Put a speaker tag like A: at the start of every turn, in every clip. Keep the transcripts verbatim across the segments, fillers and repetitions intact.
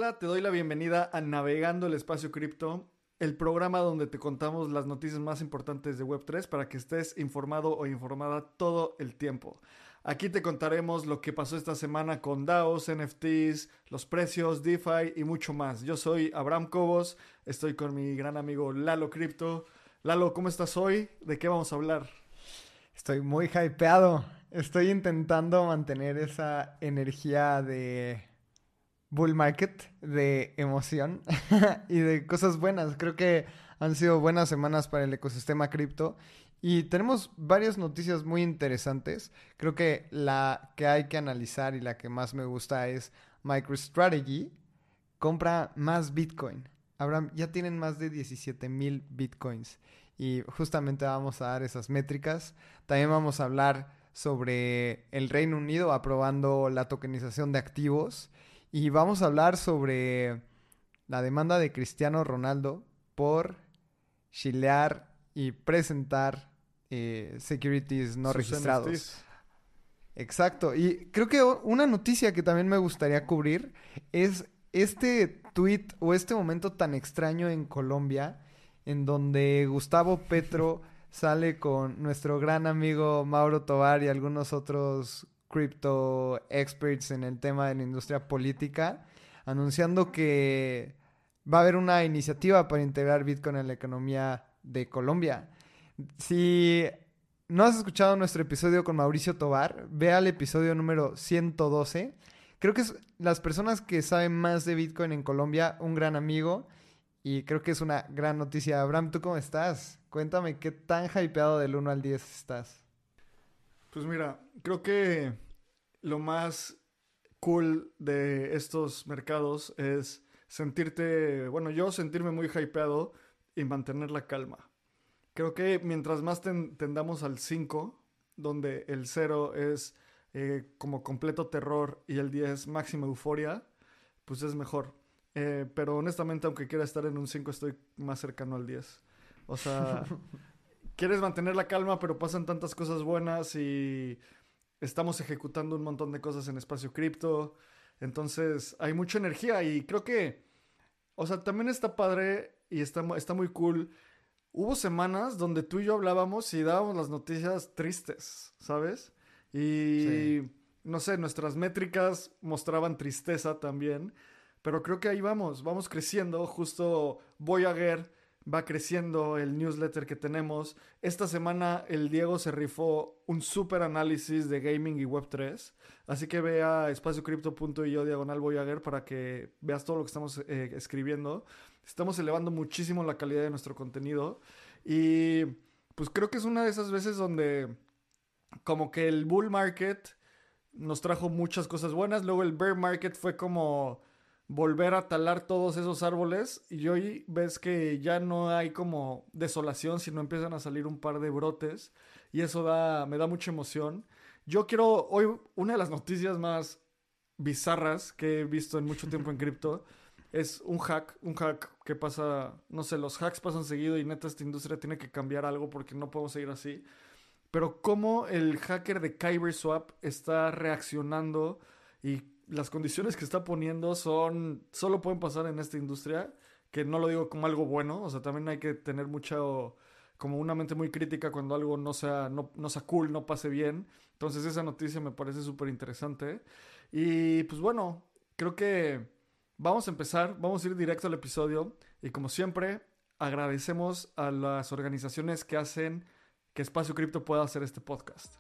A: bienvenida, te doy la bienvenida a Navegando el Espacio Cripto, el programa donde te contamos las noticias más importantes de web tres para que estés informado o informada todo el tiempo. Aquí te contaremos lo que pasó esta semana con DAOs, N F Ts, los precios, DeFi y mucho más. Yo soy Abraham Cobos, estoy con mi gran amigo Lalo Crypto. Lalo, ¿cómo estás hoy? ¿De qué vamos a hablar?
B: Estoy muy hypeado. Estoy intentando mantener esa energía de bull market, de emoción y de cosas buenas. Creo que han sido buenas semanas para el ecosistema cripto y tenemos varias noticias muy interesantes. Creo que la que hay que analizar y la que más me gusta es MicroStrategy compra más Bitcoin. Abraham, ya tienen más de diecisiete mil Bitcoins y justamente vamos a dar esas métricas. También vamos a hablar sobre el Reino Unido aprobando la tokenización de activos. Y vamos a hablar sobre la demanda de Cristiano Ronaldo por shilear y presentar eh, securities no
A: Sus
B: registrados.
A: N F Ts.
B: Exacto. Y creo que una noticia que también me gustaría cubrir es este tweet o este momento tan extraño en Colombia en donde Gustavo Petro sale con nuestro gran amigo Mauro Tovar y algunos otros crypto experts en el tema de la industria política, anunciando que va a haber una iniciativa para integrar Bitcoin en la economía de Colombia. Si no has escuchado nuestro episodio con Mauricio Tovar, ve al episodio número ciento doce. Creo que es las personas que saben más de Bitcoin en Colombia, un gran amigo, y creo que es una gran noticia. Abraham, ¿tú cómo estás? Cuéntame qué tan hypeado del uno al diez estás.
A: Pues mira, creo que lo más cool de estos mercados es sentirte, bueno, yo sentirme muy hypeado y mantener la calma. Creo que mientras más ten- tendamos al cinco, donde el cero es eh, como completo terror y el diez máxima euforia, pues es mejor. Eh, pero honestamente, aunque quiera estar en un cinco, estoy más cercano al diez. O sea, quieres mantener la calma, pero pasan tantas cosas buenas y estamos ejecutando un montón de cosas en espacio cripto. Entonces, hay mucha energía y creo que, o sea, también está padre y está, mu- está muy cool. Hubo semanas donde tú y yo hablábamos y dábamos las noticias tristes, ¿sabes?
B: Sí.
A: Y, no sé, nuestras métricas mostraban tristeza también. Pero creo que ahí vamos, vamos creciendo. Justo Voyager va creciendo el newsletter que tenemos. Esta semana el Diego se rifó un super análisis de gaming y web tres. Así que ve a espaciocrypto punto io diagonal Voyager para que veas todo lo que estamos eh, escribiendo. Estamos elevando muchísimo la calidad de nuestro contenido. Y pues creo que es una de esas veces donde como que el bull market nos trajo muchas cosas buenas. Luego el bear market fue como volver a talar todos esos árboles y hoy ves que ya no hay como desolación, sino empiezan a salir un par de brotes y eso da, me da mucha emoción. Yo quiero, hoy una de las noticias más bizarras que he visto en mucho tiempo en cripto es un hack, un hack que pasa, no sé, los hacks pasan seguido y neta esta industria tiene que cambiar algo porque no podemos seguir así. Pero cómo el hacker de KyberSwap está reaccionando y las condiciones que está poniendo son solo pueden pasar en esta industria, que no lo digo como algo bueno, o sea, también hay que tener mucha como una mente muy crítica cuando algo no sea no, no sea cool, no pase bien. Entonces esa noticia me parece súper interesante. Y pues bueno, creo que vamos a empezar, vamos a ir directo al episodio y como siempre agradecemos a las organizaciones que hacen que Espacio Cripto pueda hacer este podcast.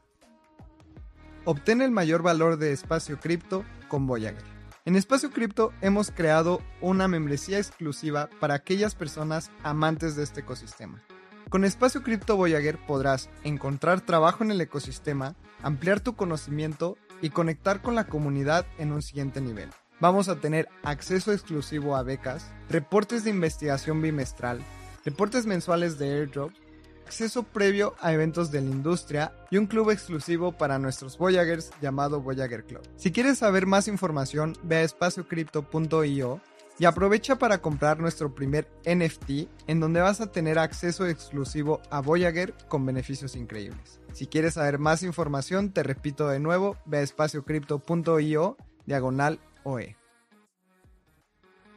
B: Obtén el mayor valor de Espacio Cripto con Voyager. En Espacio Cripto hemos creado una membresía exclusiva para aquellas personas amantes de este ecosistema. Con Espacio Cripto Voyager podrás encontrar trabajo en el ecosistema, ampliar tu conocimiento y conectar con la comunidad en un siguiente nivel. Vamos a tener acceso exclusivo a becas, reportes de investigación bimestral, reportes mensuales de airdrop, acceso previo a eventos de la industria y un club exclusivo para nuestros Voyagers llamado Voyager Club. Si quieres saber más información, ve a espaciocrypto punto io y aprovecha para comprar nuestro primer N F T, en donde vas a tener acceso exclusivo a Voyager con beneficios increíbles. Si quieres saber más información, te repito de nuevo, ve a espaciocrypto punto io diagonal O E.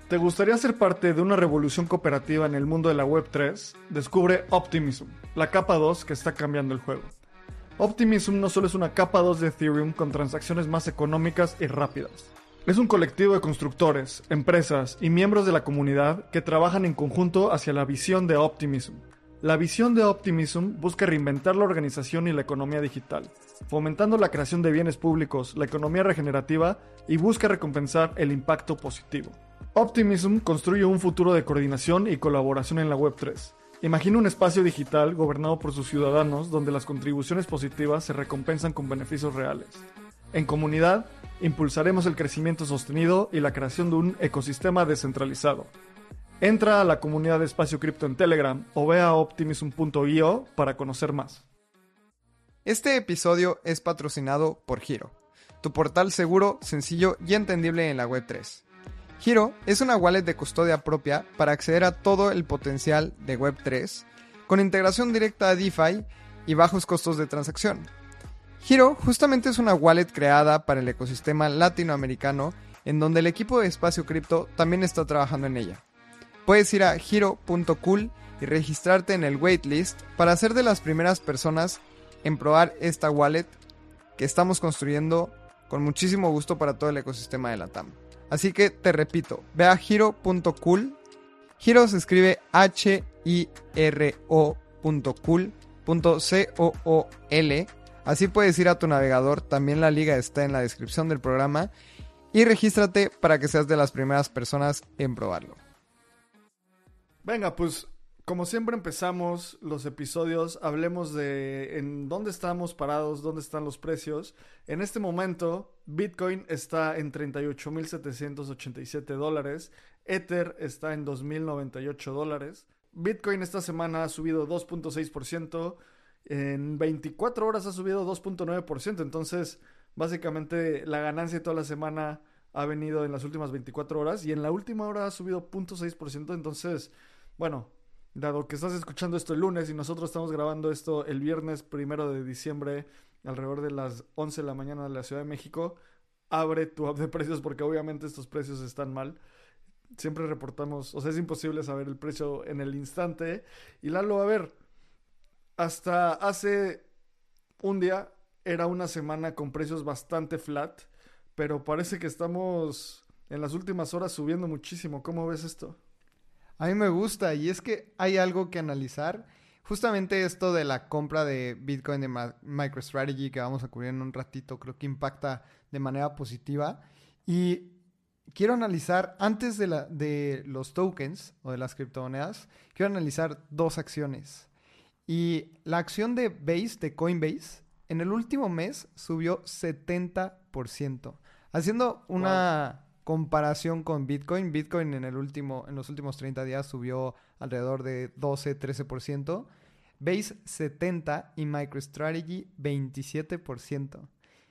A: ¿Te gustaría ser parte de una revolución cooperativa en el mundo de la web tres? Descubre Optimism, la capa dos que está cambiando el juego. Optimism no solo es una capa dos de Ethereum con transacciones más económicas y rápidas. Es un colectivo de constructores, empresas y miembros de la comunidad que trabajan en conjunto hacia la visión de Optimism. La visión de Optimism busca reinventar la organización y la economía digital, fomentando la creación de bienes públicos, la economía regenerativa y busca recompensar el impacto positivo. Optimism construye un futuro de coordinación y colaboración en la web tres. Imagina un espacio digital gobernado por sus ciudadanos donde las contribuciones positivas se recompensan con beneficios reales. En comunidad, impulsaremos el crecimiento sostenido y la creación de un ecosistema descentralizado. Entra a la comunidad de Espacio Cripto en Telegram o ve a optimism punto io para conocer más.
B: Este episodio es patrocinado por Hiro, tu portal seguro, sencillo y entendible en la web tres. Hiro es una wallet de custodia propia para acceder a todo el potencial de web tres, con integración directa a DeFi y bajos costos de transacción. Hiro justamente es una wallet creada para el ecosistema latinoamericano, en donde el equipo de Espacio Cripto también está trabajando en ella. Puedes ir a hiro punto cool y registrarte en el waitlist para ser de las primeras personas en probar esta wallet que estamos construyendo con muchísimo gusto para todo el ecosistema de la T A M. Así que te repito, ve a hiro punto cool. Hiro se escribe H I R O punto cool punto C O O L. Así puedes ir a tu navegador, también la liga está en la descripción del programa. Y regístrate para que seas de las primeras personas en probarlo.
A: Venga, pues como siempre empezamos los episodios, hablemos de en dónde estamos parados, dónde están los precios. En este momento, Bitcoin está en treinta y ocho mil setecientos ochenta y siete dólares, Ether está en dos mil noventa y ocho dólares. Bitcoin esta semana ha subido dos punto seis por ciento, en veinticuatro horas ha subido dos punto nueve por ciento, entonces básicamente la ganancia de toda la semana ha venido en las últimas veinticuatro horas y en la última hora ha subido cero punto seis por ciento, entonces, bueno, dado que estás escuchando esto el lunes y nosotros estamos grabando esto el viernes primero de diciembre, alrededor de las once de la mañana de la Ciudad de México, abre tu app de precios porque obviamente estos precios están mal. Siempre reportamos, o sea, es imposible saber el precio en el instante. Y Lalo, a ver, hasta hace un día era una semana con precios bastante flat, pero parece que estamos en las últimas horas subiendo muchísimo. ¿Cómo ves esto?
B: A mí me gusta y es que hay algo que analizar. Justamente esto de la compra de Bitcoin de Ma- MicroStrategy que vamos a cubrir en un ratito creo que impacta de manera positiva. Y quiero analizar, antes de, la, de los tokens o de las criptomonedas, quiero analizar dos acciones. Y la acción de Base, de Coinbase, en el último mes subió setenta por ciento. Haciendo una... Wow. comparación con Bitcoin, Bitcoin en el último, en los últimos treinta días subió alrededor de doce a trece por ciento, Base setenta por ciento y MicroStrategy veintisiete por ciento.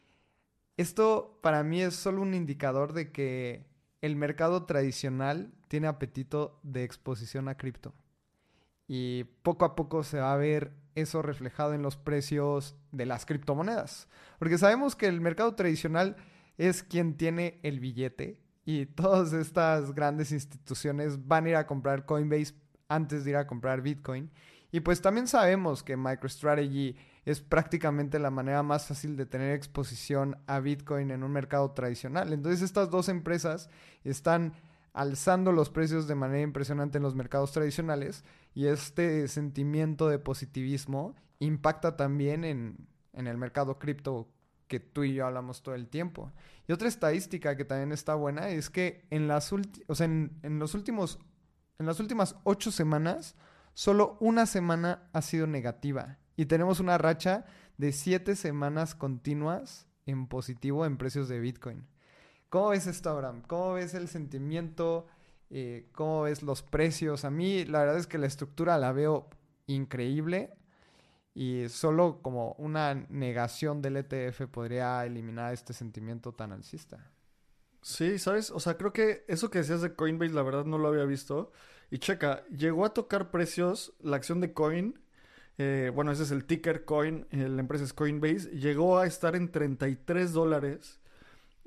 B: Esto para mí es solo un indicador de que el mercado tradicional tiene apetito de exposición a cripto. Y poco a poco se va a ver eso reflejado en los precios de las criptomonedas. Porque sabemos que el mercado tradicional es quien tiene el billete. Y todas estas grandes instituciones van a ir a comprar Coinbase antes de ir a comprar Bitcoin. Y pues también sabemos que MicroStrategy es prácticamente la manera más fácil de tener exposición a Bitcoin en un mercado tradicional. Entonces estas dos empresas están alzando los precios de manera impresionante en los mercados tradicionales. Y este sentimiento de positivismo impacta también en, en el mercado cripto que tú y yo hablamos todo el tiempo. Y otra estadística que también está buena es que en las, ulti- o sea, en, en los últimos, en las últimas ocho semanas, solo una semana ha sido negativa. Y tenemos una racha de siete semanas continuas en positivo en precios de Bitcoin. ¿Cómo ves esto, Abraham? ¿Cómo ves el sentimiento? Eh, ¿Cómo ves los precios? A mí la verdad es que la estructura la veo increíble. Y solo como una negación del E T F podría eliminar este sentimiento tan alcista.
A: Sí, ¿sabes? O sea, creo que eso que decías de Coinbase, la verdad no lo había visto. Y checa, llegó a tocar precios la acción de Coin. Eh, bueno, ese es el ticker Coin. Eh, la empresa es Coinbase. Llegó a estar en treinta y tres dólares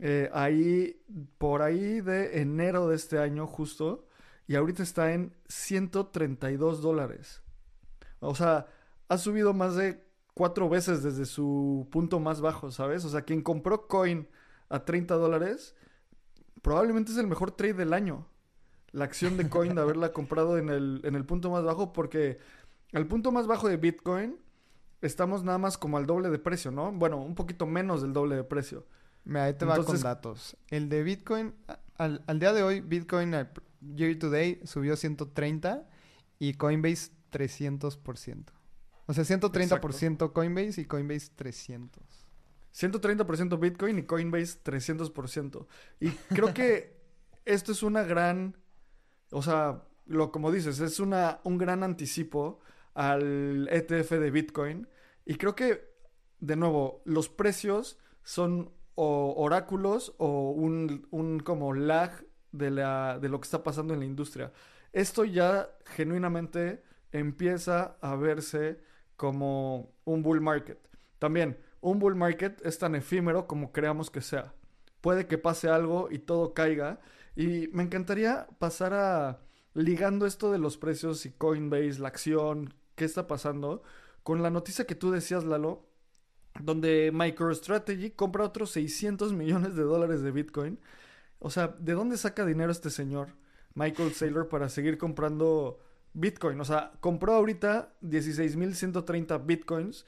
A: Eh, ahí, por ahí de enero de este año justo, y ahorita está en ciento treinta y dos dólares. O sea, ha subido más de cuatro veces desde su punto más bajo, ¿sabes? O sea, quien compró Coin a treinta dólares, probablemente es el mejor trade del año. La acción de Coin de haberla comprado en el, en el punto más bajo, porque al punto más bajo de Bitcoin estamos nada más como al doble de precio, ¿no? Bueno, un poquito menos del doble de precio.
B: Mira, ahí te va con
A: Entonces,
B: datos. El de Bitcoin, a- al, al día de hoy, Bitcoin al pr- year to day subió ciento treinta y Coinbase trescientos por ciento. O sea, ciento treinta por
A: exacto.
B: ciento Coinbase y Coinbase trescientos.
A: ciento treinta por ciento Bitcoin y Coinbase trescientos por ciento. Y creo que esto es una gran, o sea, lo como dices, es una, un gran anticipo al E T F de Bitcoin. Y creo que, de nuevo, los precios son o oráculos o un, un como lag de, la, de lo que está pasando en la industria. Esto ya genuinamente empieza a verse como un bull market. También, un bull market es tan efímero como creamos que sea. Puede que pase algo y todo caiga. Y me encantaría pasar a ligando esto de los precios y Coinbase, la acción, qué está pasando, con la noticia que tú decías, Lalo, donde MicroStrategy compra otros seiscientos millones de dólares de Bitcoin. O sea, ¿de dónde saca dinero este señor, Michael Saylor, para seguir comprando Bitcoin? O sea, compró ahorita dieciséis mil ciento treinta Bitcoins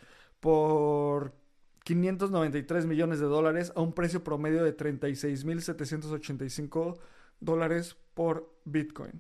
A: por quinientos noventa y tres millones de dólares a un precio promedio de treinta y seis mil setecientos ochenta y cinco dólares por Bitcoin.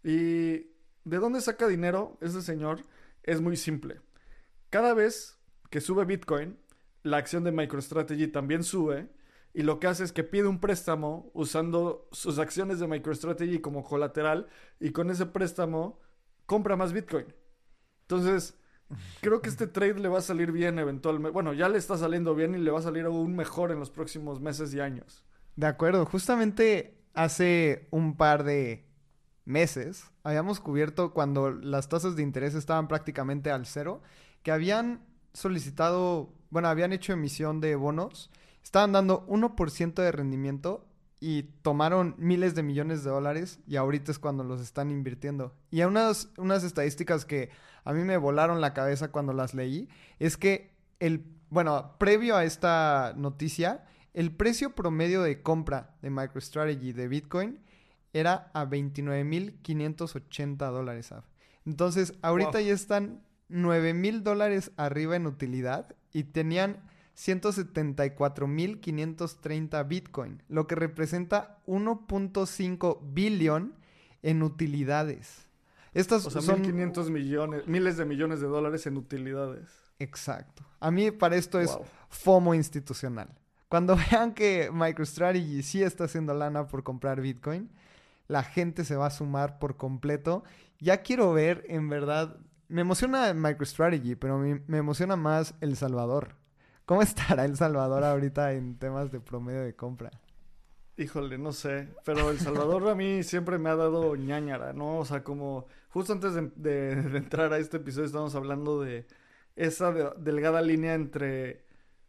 A: ¿Y de dónde saca dinero este señor? Es muy simple. Cada vez que sube Bitcoin, la acción de MicroStrategy también sube y lo que hace es que pide un préstamo usando sus acciones de MicroStrategy como colateral y con ese préstamo compra más Bitcoin. Entonces, creo que este trade le va a salir bien eventualmente. Bueno, ya le está saliendo bien y le va a salir aún mejor en los próximos meses y años.
B: De acuerdo, justamente hace un par de meses habíamos cubierto cuando las tasas de interés estaban prácticamente al cero, que habían solicitado, bueno, habían hecho emisión de bonos, estaban dando uno por ciento de rendimiento y tomaron miles de millones de dólares y ahorita es cuando los están invirtiendo. Y unas, unas estadísticas que a mí me volaron la cabeza cuando las leí es que el, bueno, previo a esta noticia, el precio promedio de compra de MicroStrategy de Bitcoin era a veintinueve mil quinientos ochenta dólares. ¿Sabes? Entonces, ahorita
A: Wow.
B: ya están nueve mil dólares arriba en utilidad y tenían ciento setenta y cuatro mil quinientos treinta Bitcoin, lo que representa uno punto cinco billón en utilidades. Estas
A: O sea, mil
B: son...
A: quinientos millones, miles de millones de dólares en utilidades.
B: Exacto. A mí para esto es
A: Wow.
B: FOMO institucional. Cuando vean que MicroStrategy sí está haciendo lana por comprar Bitcoin, la gente se va a sumar por completo. Ya quiero ver, en verdad, me emociona MicroStrategy, pero me, me emociona más El Salvador. ¿Cómo estará El Salvador ahorita en temas de promedio de compra?
A: Híjole, no sé, pero El Salvador a mí siempre me ha dado ñáñara, ¿no? O sea, como justo antes de, de- de entrar a este episodio estábamos hablando de esa de- delgada línea entre,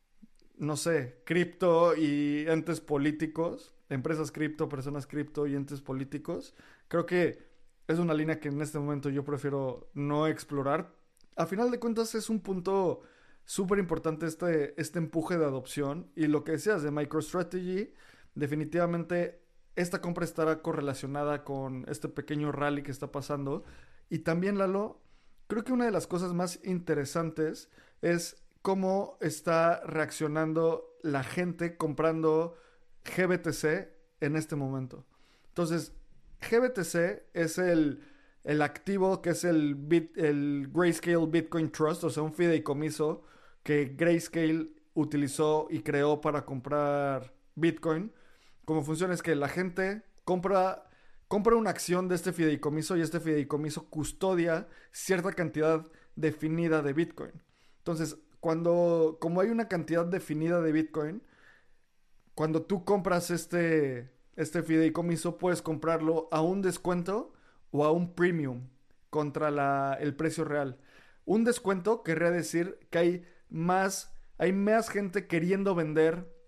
A: no sé, cripto y entes políticos, empresas cripto, personas cripto y entes políticos. Creo que es una línea que en este momento yo prefiero no explorar. A final de cuentas es un punto súper importante este, este empuje de adopción y lo que decías de MicroStrategy, definitivamente esta compra estará correlacionada con este pequeño rally que está pasando. Y también, Lalo, creo que una de las cosas más interesantes es cómo está reaccionando la gente comprando G B T C en este momento. Entonces, G B T C es el, el activo que es el, bit, el Grayscale Bitcoin Trust, o sea, un fideicomiso que Grayscale utilizó y creó para comprar Bitcoin. Como funciona es que la gente compra, compra una acción de este fideicomiso y este fideicomiso custodia cierta cantidad definida de Bitcoin. Entonces, cuando, como hay una cantidad definida de Bitcoin, cuando tú compras este, este fideicomiso, puedes comprarlo a un descuento o a un premium contra la, el precio real. Un descuento querría decir que hay más, hay más gente queriendo vender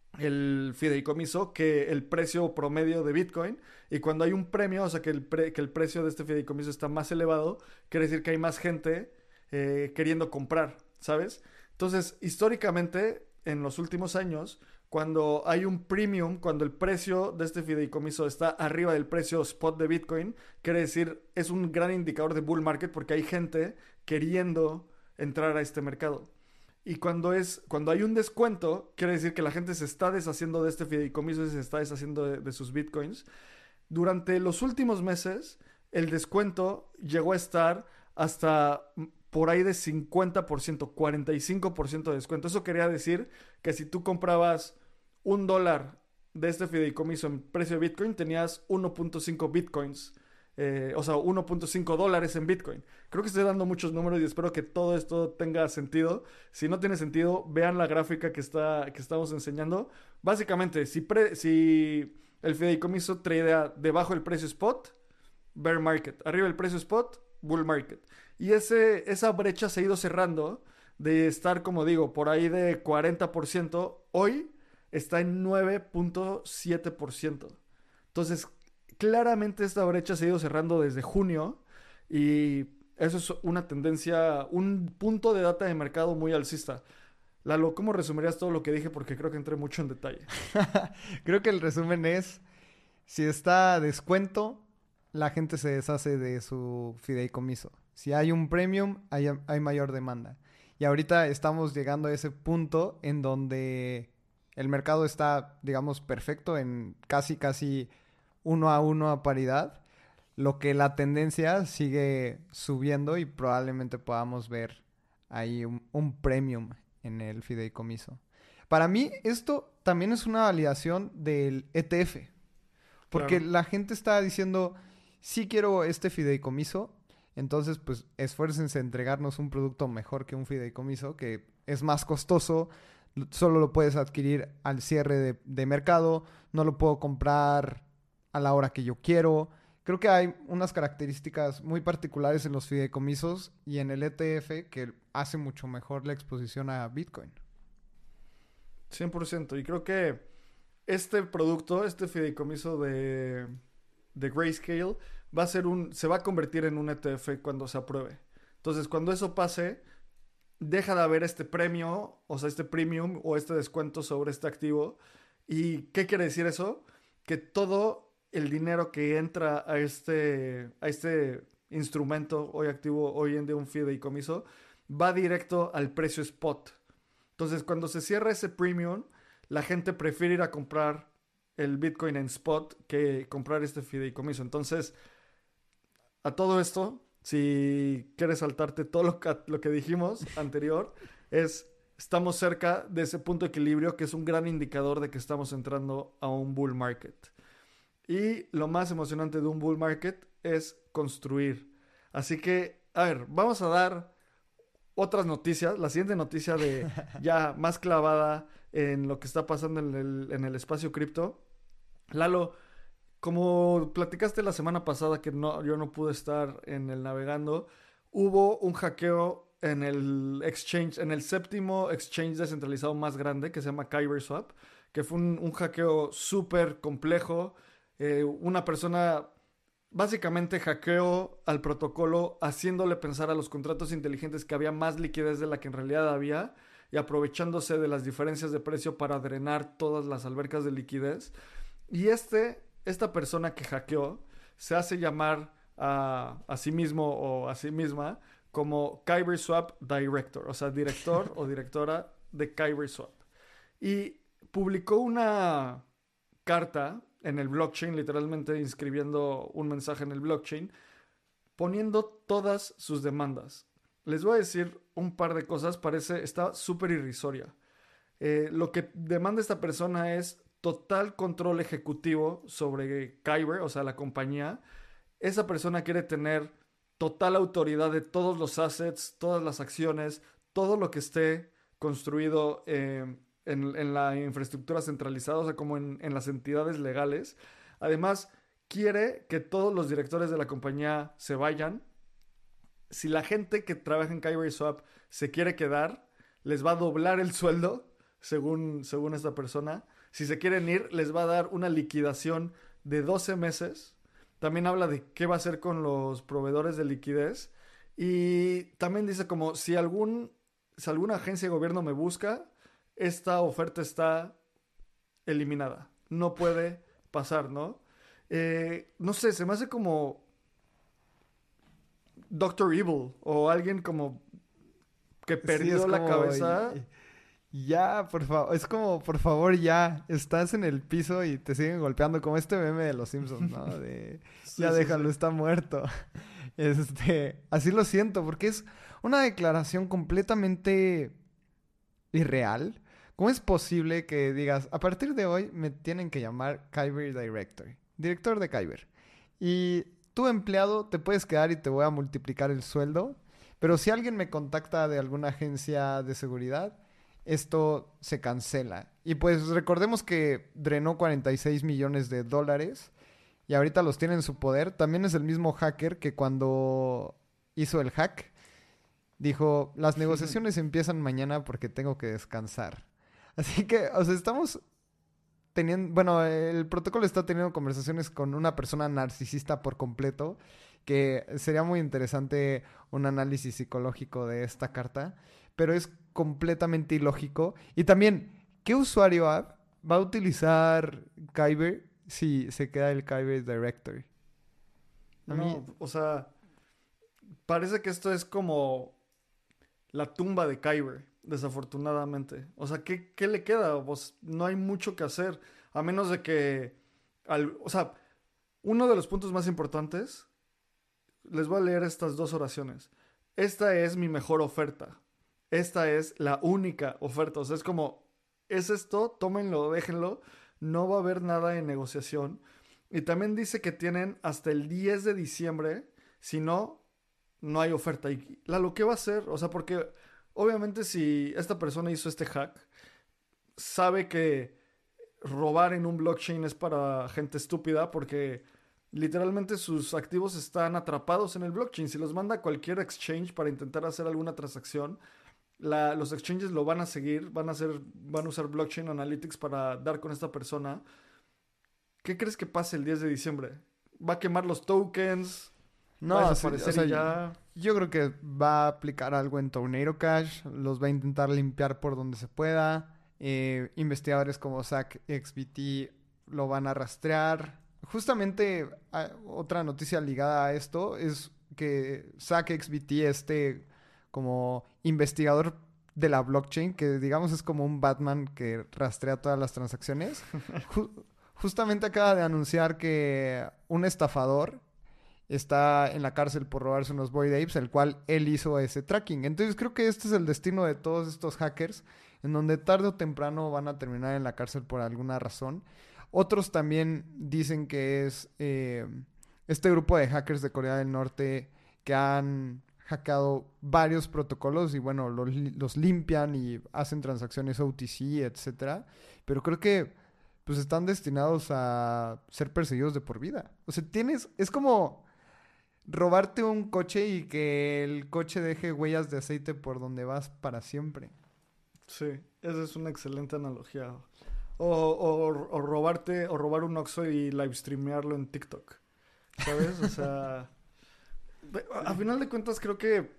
A: el fideicomiso que el precio promedio de Bitcoin. Y cuando hay un premio, o sea, que el, pre- que el precio de este fideicomiso está más elevado, quiere decir que hay más gente eh, queriendo comprar, ¿sabes? Entonces, históricamente, en los últimos años, cuando hay un premium, cuando el precio de este fideicomiso está arriba del precio spot de Bitcoin, quiere decir, es un gran indicador de bull market porque hay gente queriendo entrar a este mercado. Y cuando, es, cuando hay un descuento, quiere decir que la gente se está deshaciendo de este fideicomiso y se está deshaciendo de, de sus bitcoins. Durante los últimos meses, el descuento llegó a estar hasta por ahí de cincuenta por ciento, cuarenta y cinco por ciento de descuento. Eso quería decir que si tú comprabas un dólar de este fideicomiso en precio de Bitcoin, tenías uno punto cinco bitcoins. Eh, o sea, uno punto cinco dólares en Bitcoin. Creo que estoy dando muchos números y espero que todo esto tenga sentido. Si no tiene sentido, vean la gráfica que, está, que estamos enseñando. Básicamente, si, pre, si el fideicomiso tradea debajo del precio spot, bear market. Arriba del precio spot, bull market. Y ese, esa brecha se ha ido cerrando de estar, como digo, por ahí de cuarenta por ciento. Hoy está en nueve punto siete por ciento. Entonces, claramente esta brecha se ha ido cerrando desde junio y eso es una tendencia, un punto de data de mercado muy alcista. Lalo, ¿cómo resumirías todo lo que dije? Porque creo que entré mucho en detalle.
B: Creo que el resumen es, si está a descuento, la gente se deshace de su fideicomiso. Si hay un premium, hay, hay mayor demanda. Y ahorita estamos llegando a ese punto en donde el mercado está, digamos, perfecto, en casi, casi uno a uno a paridad, lo que la tendencia sigue subiendo y probablemente podamos ver ahí un, un premium en el fideicomiso. Para mí esto también es una validación del E T F, porque
A: Claro.
B: la gente está diciendo, sí quiero este fideicomiso, entonces pues esfuércense a entregarnos un producto mejor que un fideicomiso, que es más costoso, solo lo puedes adquirir al cierre de, de mercado, no lo puedo comprar a la hora que yo quiero. Creo que hay unas características muy particulares en los fideicomisos y en el E T F que hace mucho mejor la exposición a Bitcoin.
A: cien por ciento. Y creo que este producto, este fideicomiso de, de Grayscale, va a ser un, se va a convertir en un E T F cuando se apruebe. Entonces, cuando eso pase, deja de haber este premio, o sea, este premium o este descuento sobre este activo. ¿Y qué quiere decir eso? Que todo el dinero que entra a este, a este instrumento hoy activo, hoy en día un fideicomiso, va directo al precio spot. Entonces, cuando se cierra ese premium, la gente prefiere ir a comprar el Bitcoin en spot que comprar este fideicomiso. Entonces, a todo esto, si quieres saltarte todo lo que, lo que dijimos anterior, es estamos cerca de ese punto de equilibrio que es un gran indicador de que estamos entrando a un bull market. Y lo más emocionante de un bull market es construir. Así que, a ver, vamos a dar otras noticias. La siguiente noticia de ya más clavada en lo que está pasando en el, en el espacio cripto. Lalo, como platicaste la semana pasada que no, yo no pude estar en el navegando, hubo un hackeo en el exchange, en el séptimo exchange descentralizado más grande que se llama KyberSwap, que fue un, un hackeo súper complejo. Eh, una persona básicamente hackeó al protocolo haciéndole pensar a los contratos inteligentes que había más liquidez de la que en realidad había y aprovechándose de las diferencias de precio para drenar todas las albercas de liquidez. Y este, esta persona que hackeó se hace llamar a, a sí mismo o a sí misma como KyberSwap Director, o sea, director o directora de KyberSwap. Y publicó una carta en el blockchain, literalmente inscribiendo un mensaje en el blockchain, poniendo todas sus demandas. Les voy a decir un par de cosas, parece, está súper irrisoria. Eh, lo que demanda esta persona es total control ejecutivo sobre Kyber, o sea, la compañía. Esa persona quiere tener total autoridad de todos los assets, todas las acciones, todo lo que esté construido eh, en, en, la infraestructura centralizada, o sea, como en, en las entidades legales. Además, quiere que todos los directores de la compañía se vayan. Si la gente que trabaja en KyberSwap se quiere quedar, les va a doblar el sueldo, según, según esta persona. Si se quieren ir, les va a dar una liquidación de doce meses. También habla de qué va a hacer con los proveedores de liquidez. Y también dice como si algún, si alguna agencia de gobierno me busca, esta oferta está eliminada. No puede pasar, ¿no? Eh, no sé, se me hace como Doctor Evil o alguien como que perdió
B: sí,
A: la
B: como,
A: cabeza.
B: ya, por favor, es como, por favor, ya, estás en el piso y te siguen golpeando, como este meme de los Simpsons, ¿no? De,
A: sí,
B: ya
A: sí,
B: déjalo,
A: sí.
B: está muerto. Este, así lo siento, porque es una declaración completamente irreal. ¿Cómo es posible que digas, a partir de hoy me tienen que llamar Kyber Director, director de Kyber? Y tu empleado te puedes quedar y te voy a multiplicar el sueldo, pero si alguien me contacta de alguna agencia de seguridad, esto se cancela. Y pues recordemos que drenó cuarenta y seis millones de dólares y ahorita los tiene en su poder. También es el mismo hacker que cuando hizo el hack dijo, las negociaciones empiezan mañana porque tengo que descansar. Así que, o sea, estamos teniendo, bueno, el protocolo está teniendo conversaciones con una persona narcisista por completo, que sería muy interesante un análisis psicológico de esta carta, pero es completamente ilógico. Y también, ¿qué usuario app va a utilizar Kyber si se queda el Kyber Directory? A mí,
A: No, o sea, parece que esto es como la tumba de Kyber, desafortunadamente. O sea, ¿qué, qué le queda? Pues no hay mucho que hacer, a menos de que, al- o sea, uno de los puntos más importantes, les voy a leer estas dos oraciones. Esta es mi mejor oferta. Esta es la única oferta. O sea, es como, es esto, tómenlo, déjenlo. No va a haber nada en negociación. Y también dice que tienen hasta el diez de diciembre. Si no, no hay oferta. Y Lalo, ¿qué va a hacer? O sea, porque obviamente si esta persona hizo este hack, sabe que robar en un blockchain es para gente estúpida porque literalmente sus activos están atrapados en el blockchain. Si los manda a cualquier exchange para intentar hacer alguna transacción, la- los exchanges lo van a seguir, van a hacer, van a usar blockchain analytics para dar con esta persona. ¿Qué crees que pase el diez de diciembre? ¿Va a quemar los tokens? ¿Va a
B: no, sí, o
A: desaparecer
B: sea,
A: y ya?
B: yo creo que va a aplicar algo en Tornado Cash, los va a intentar limpiar por donde se pueda. Eh, investigadores como Zach X B T lo van a rastrear. Justamente a- otra noticia ligada a esto es que Zach X B T, este como investigador de la blockchain, que digamos es como un Batman que rastrea todas las transacciones, ju- justamente acaba de anunciar que un estafador está en la cárcel por robarse unos Bored Apes, el cual él hizo ese tracking. Entonces creo que este es el destino de todos estos hackers, en donde tarde o temprano van a terminar en la cárcel por alguna razón. Otros también dicen que es eh, este grupo de hackers de Corea del Norte que han hackeado varios protocolos y bueno, los, los limpian y hacen transacciones O T C, etcétera. Pero creo que pues están destinados a ser perseguidos de por vida. O sea, tienes, es como robarte un coche y que el coche deje huellas de aceite por donde vas para siempre.
A: Sí, esa es una excelente analogía. O, o, o robarte, o robar un Oxxo y live streamearlo en TikTok. ¿Sabes? O sea, a final de cuentas creo que,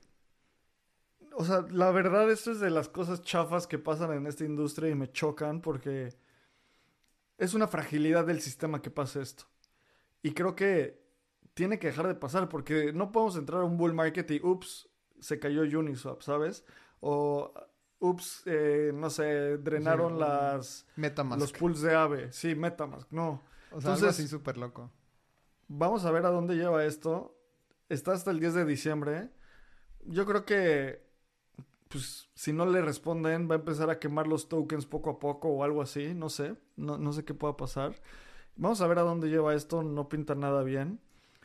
A: o sea, la verdad esto es de las cosas chafas que pasan en esta industria y me chocan porque es una fragilidad del sistema que pasa esto. Y creo que tiene que dejar de pasar porque no podemos entrar a un bull market y ups, se cayó Uniswap, ¿sabes? O ups, eh, no sé,
B: Sí,
A: drenaron
B: un
A: las los
B: MetaMask.
A: pools de Aave. Sí, MetaMask, no.
B: O sea, algo así
A: Entonces,
B: súper loco.
A: vamos a ver a dónde lleva esto. Está hasta el diez de diciembre. Yo creo que, pues, si no le responden, va a empezar a quemar los tokens poco a poco o algo así. No sé. No, no sé qué pueda pasar. Vamos a ver a dónde lleva esto. No pinta nada bien.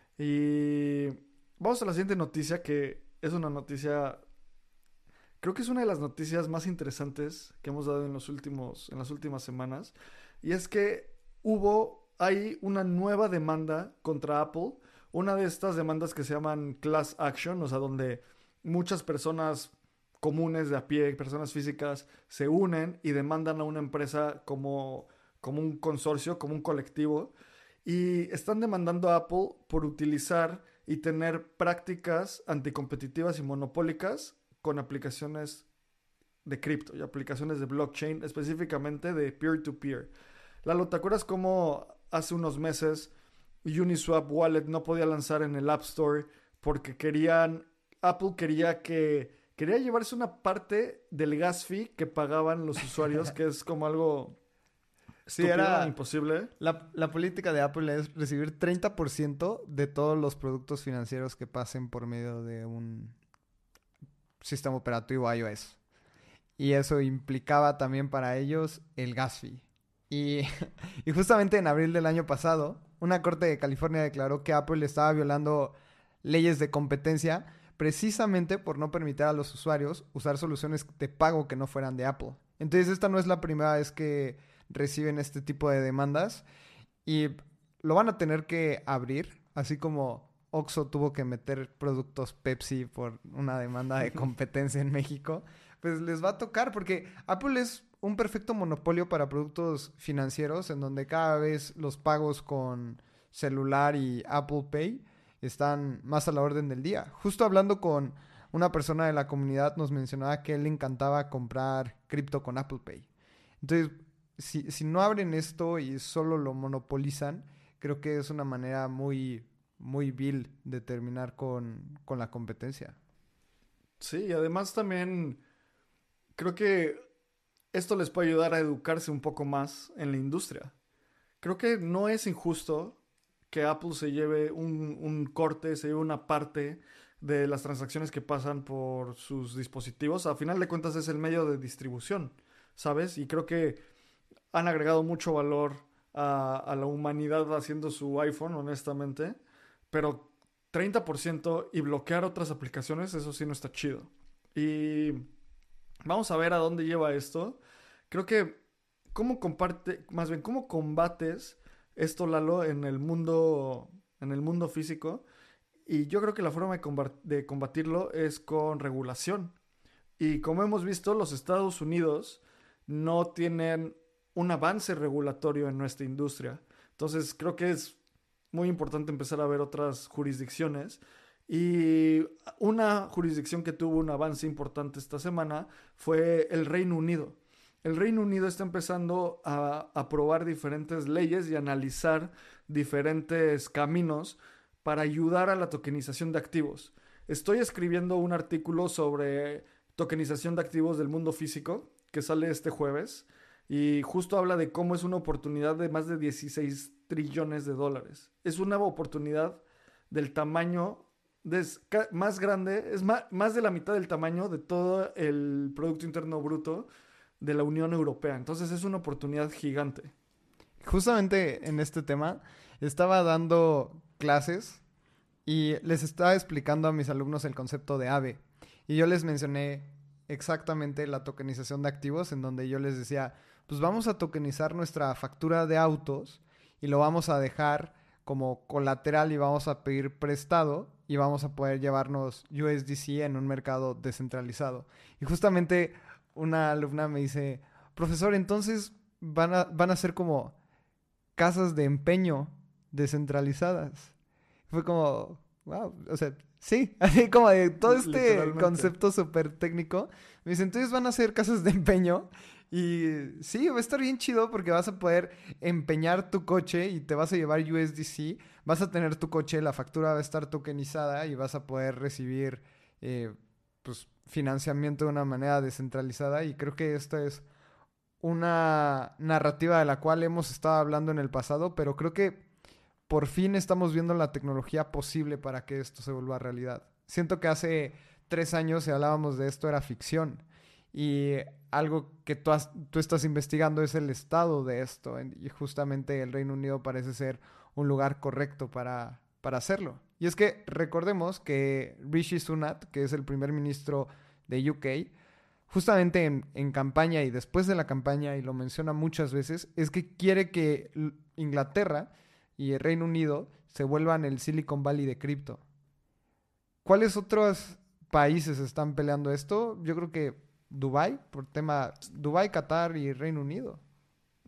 A: Y vamos a la siguiente noticia, que es una noticia, creo que es una de las noticias más interesantes que hemos dado en los últimos, en las últimas semanas. Y es que hubo, hay una nueva demanda contra Apple. Una de estas demandas que se llaman class action, o sea, donde muchas personas comunes de a pie, personas físicas, se unen y demandan a una empresa como como un consorcio, como un colectivo, y están demandando a Apple por utilizar y tener prácticas anticompetitivas y monopólicas con aplicaciones de cripto y aplicaciones de blockchain, específicamente de peer-to-peer. Lalo, ¿te acuerdas cómo hace unos meses Uniswap Wallet no podía lanzar en el App Store porque querían, Apple quería que, quería llevarse una parte del gas fee que pagaban los usuarios, que es como algo
B: Sí,
A: estúpido,
B: era...
A: imposible?
B: La, la política de Apple es recibir treinta por ciento de todos los productos financieros que pasen por medio de un sistema operativo iOS. Y eso implicaba también para ellos el gas fee. Y, y justamente en abril del año pasado, una corte de California declaró que Apple estaba violando leyes de competencia precisamente por no permitir a los usuarios usar soluciones de pago que no fueran de Apple. Entonces esta no es la primera vez que reciben este tipo de demandas y lo van a tener que abrir, así como Oxxo tuvo que meter productos Pepsi por una demanda de competencia en México. Pues les va a tocar porque Apple es un perfecto monopolio para productos financieros en donde cada vez los pagos con celular y Apple Pay están más a la orden del día. Justo hablando con una persona de la comunidad nos mencionaba que a él le encantaba comprar cripto con Apple Pay. Entonces, si, si no abren esto y solo lo monopolizan, creo que es una manera muy, muy vil de terminar con, con la competencia.
A: Sí, y además también creo que esto les puede ayudar a educarse un poco más en la industria. Creo que no es injusto que Apple se lleve un, un corte, se lleve una parte de las transacciones que pasan por sus dispositivos. A final de cuentas es el medio de distribución, ¿sabes? Y creo que han agregado mucho valor a, a la humanidad haciendo su iPhone, honestamente. Pero treinta por ciento y bloquear otras aplicaciones, eso sí no está chido. Y vamos a ver a dónde lleva esto. Creo que cómo comparte, más bien, cómo combates esto, Lalo, en el mundo, en el mundo físico. Y yo creo que la forma de, combat- de combatirlo es con regulación. Y como hemos visto, los Estados Unidos no tienen un avance regulatorio en nuestra industria. Entonces creo que es muy importante empezar a ver otras jurisdicciones. Y una jurisdicción que tuvo un avance importante esta semana fue el Reino Unido. El Reino Unido está empezando a aprobar diferentes leyes y analizar diferentes caminos para ayudar a la tokenización de activos. Estoy escribiendo un artículo sobre tokenización de activos del mundo físico que sale este jueves y justo habla de cómo es una oportunidad de más de dieciséis trillones de dólares. Es una oportunidad del tamaño de, más grande, es más, más de la mitad del tamaño de todo el Producto Interno Bruto de la Unión Europea. Entonces es una oportunidad gigante.
B: Justamente en este tema estaba dando clases y les estaba explicando a mis alumnos el concepto de AVE. Y yo les mencioné exactamente la tokenización de activos, en donde yo les decía, pues vamos a tokenizar nuestra factura de autos y lo vamos a dejar como colateral y vamos a pedir prestado y vamos a poder llevarnos U S D C en un mercado descentralizado. Y justamente una alumna me dice, profesor, entonces van a, van a ser como casas de empeño descentralizadas. Fue como, wow, o sea, sí, así como de todo este concepto súper técnico. Me dice, entonces van a ser casas de empeño. Y sí, va a estar bien chido porque vas a poder empeñar tu coche y te vas a llevar U S D C. Vas a tener tu coche, la factura va a estar tokenizada y vas a poder recibir eh, pues, financiamiento de una manera descentralizada. Y creo que esta es una narrativa de la cual hemos estado hablando en el pasado, pero creo que por fin estamos viendo la tecnología posible para que esto se vuelva realidad. Siento que hace tres años, si hablábamos de esto, era ficción. Y algo que tú, has, tú estás investigando es el estado de esto. Y justamente el Reino Unido parece ser un lugar correcto para, para hacerlo. Y es que recordemos que Rishi Sunak, que es el primer ministro de U K, justamente en, en campaña y después de la campaña, y lo menciona muchas veces, es que quiere que Inglaterra y el Reino Unido se vuelvan el Silicon Valley de cripto. ¿Cuáles otros países están peleando esto? Yo creo que Dubái, por tema Dubái, Qatar y Reino Unido.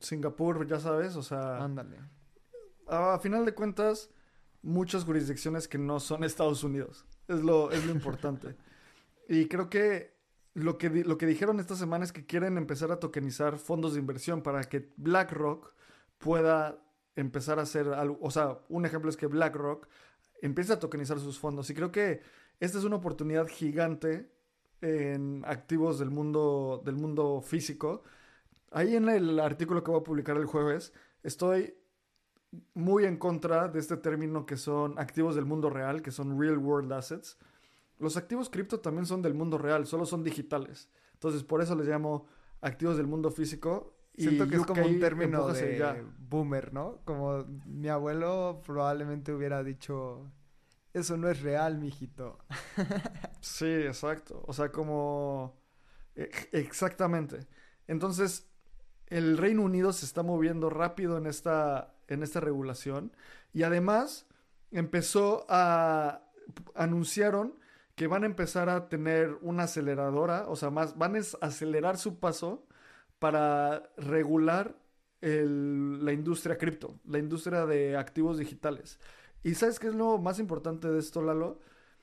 A: Singapur, ya sabes, o sea,
B: Ándale.
A: a final de cuentas, muchas jurisdicciones que no son Estados Unidos. Es lo, es lo importante. Y creo que lo que, di- lo que dijeron esta semana es que quieren empezar a tokenizar fondos de inversión para que BlackRock pueda empezar a hacer algo. O sea, un ejemplo es que BlackRock empiece a tokenizar sus fondos. Y creo que esta es una oportunidad gigante en activos del mundo, del mundo físico. Ahí en el artículo que voy a publicar el jueves, estoy muy en contra de este término que son activos del mundo real, que son real world assets. Los activos cripto también son del mundo real, solo son digitales. Entonces, por eso les llamo activos del mundo físico.
B: Siento
A: Y
B: que es
A: U K
B: como un término
A: empuja hacia allá.
B: de boomer, ¿no? Como mi abuelo probablemente hubiera dicho, eso no es real, mijito.
A: Sí, exacto. O sea, como... e- Exactamente. Entonces, el Reino Unido se está moviendo rápido en esta, en esta regulación. Y además, empezó a... Anunciaron que van a empezar a tener una aceleradora, o sea, más, van a es- acelerar su paso para regular el- la industria cripto, la industria de activos digitales. ¿Y sabes qué es lo más importante de esto, Lalo?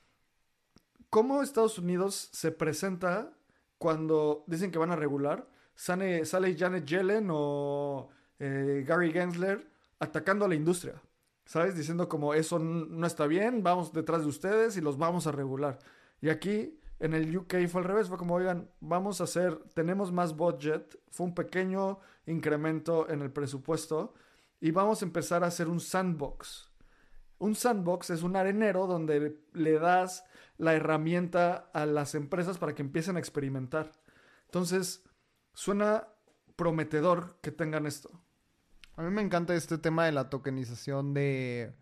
A: ¿Cómo Estados Unidos se presenta cuando dicen que van a regular? Sale, sale Janet Yellen o eh, Gary Gensler atacando a la industria, ¿sabes? Diciendo como eso n- no está bien, vamos detrás de ustedes y los vamos a regular. Y aquí en el U K fue al revés, fue como, oigan, vamos a hacer, tenemos más budget, fue un pequeño incremento en el presupuesto y vamos a empezar a hacer un sandbox. Un sandbox es un arenero donde le das la herramienta a las empresas para que empiecen a experimentar. Entonces, suena prometedor que tengan esto.
B: A mí me encanta este tema de la tokenización de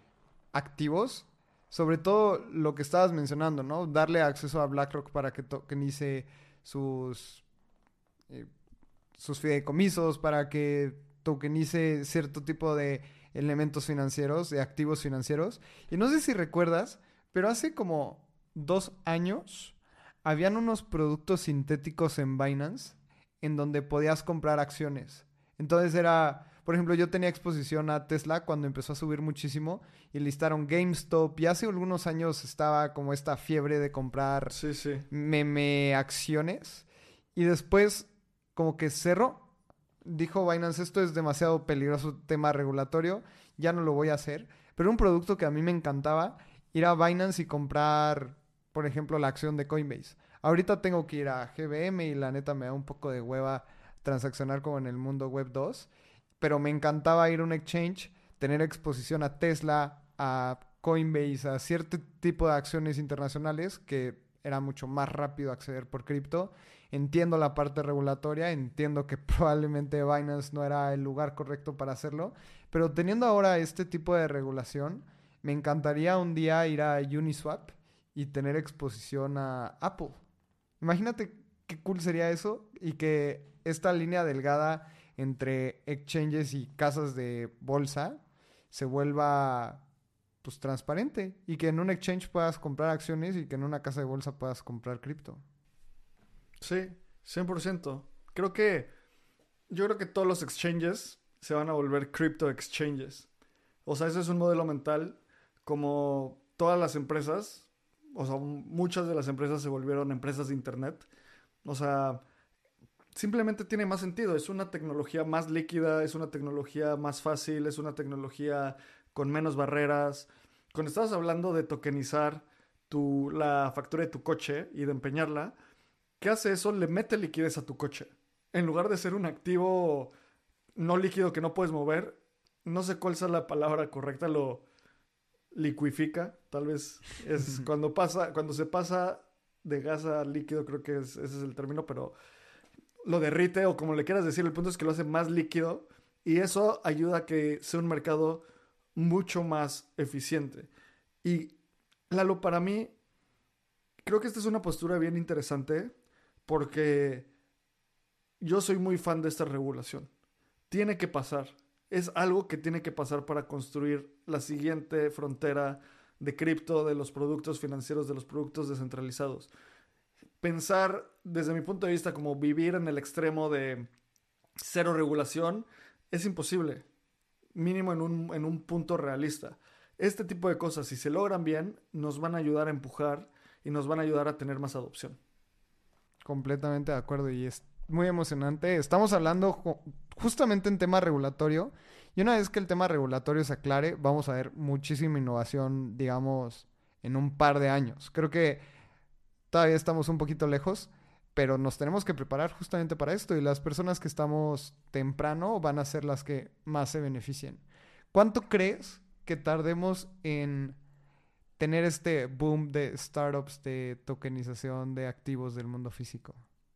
B: activos, sobre todo lo que estabas mencionando, ¿no? Darle acceso a BlackRock para que tokenice sus, eh, sus fideicomisos, para que tokenice cierto tipo de elementos financieros, de activos financieros. Y no sé si recuerdas, pero hace como dos años habían unos productos sintéticos en Binance en donde podías comprar acciones. Entonces era, por ejemplo, yo tenía exposición a Tesla cuando empezó a subir muchísimo y listaron GameStop y hace algunos años estaba como esta fiebre de comprar
A: Sí, sí.
B: meme acciones y después como que cerró. Dijo Binance, esto es demasiado peligroso tema regulatorio, ya no lo voy a hacer. Pero un producto que a mí me encantaba, ir a Binance y comprar, por ejemplo, la acción de Coinbase. Ahorita tengo que ir a G B M y la neta me da un poco de hueva transaccionar como en el mundo web dos. Pero me encantaba ir a un exchange, tener exposición a Tesla, a Coinbase, a cierto tipo de acciones internacionales que era mucho más rápido acceder por cripto. Entiendo la parte regulatoria, entiendo que probablemente Binance no era el lugar correcto para hacerlo, pero teniendo ahora este tipo de regulación, me encantaría un día ir a Uniswap y tener exposición a Apple. Imagínate qué cool sería eso y que esta línea delgada entre exchanges y casas de bolsa se vuelva pues transparente y que en un exchange puedas comprar acciones y que en una casa de bolsa puedas comprar cripto.
A: Sí, cien por ciento. Creo que, yo creo que todos los exchanges se van a volver crypto exchanges. O sea, ese es un modelo mental como todas las empresas, o sea, muchas de las empresas se volvieron empresas de internet. O sea, simplemente tiene más sentido. Es una tecnología más líquida, es una tecnología más fácil, es una tecnología con menos barreras. Cuando estabas hablando de tokenizar tu, la factura de tu coche y de empeñarla, ¿qué hace eso? Le mete liquidez a tu coche. En lugar de ser un activo no líquido que no puedes mover, no sé cuál sea la palabra correcta, lo liquifica, tal vez es cuando pasa, cuando se pasa de gas a líquido, creo que es- ese es el término, pero lo derrite o como le quieras decir, el punto es que lo hace más líquido y eso ayuda a que sea un mercado mucho más eficiente. Y Lalo, para mí, creo que esta es una postura bien interesante porque yo soy muy fan de esta regulación. Tiene que pasar. Es algo que tiene que pasar para construir la siguiente frontera de cripto, de los productos financieros, de los productos descentralizados. Pensar desde mi punto de vista como vivir en el extremo de cero regulación, es imposible. Mínimo en un, en un punto realista. Este tipo de cosas, si se logran bien, nos van a ayudar a empujar y nos van a ayudar a tener más adopción.
B: Completamente de acuerdo y es muy emocionante. Estamos hablando ju- justamente en tema regulatorio y una vez que el tema regulatorio se aclare, vamos a ver muchísima innovación, digamos, en un par de años. Creo que todavía estamos un poquito lejos, pero nos tenemos que preparar justamente para esto y las personas que estamos temprano van a ser las que más se beneficien. ¿Cuánto crees que tardemos en tener este boom de startups de tokenización de activos del mundo físico?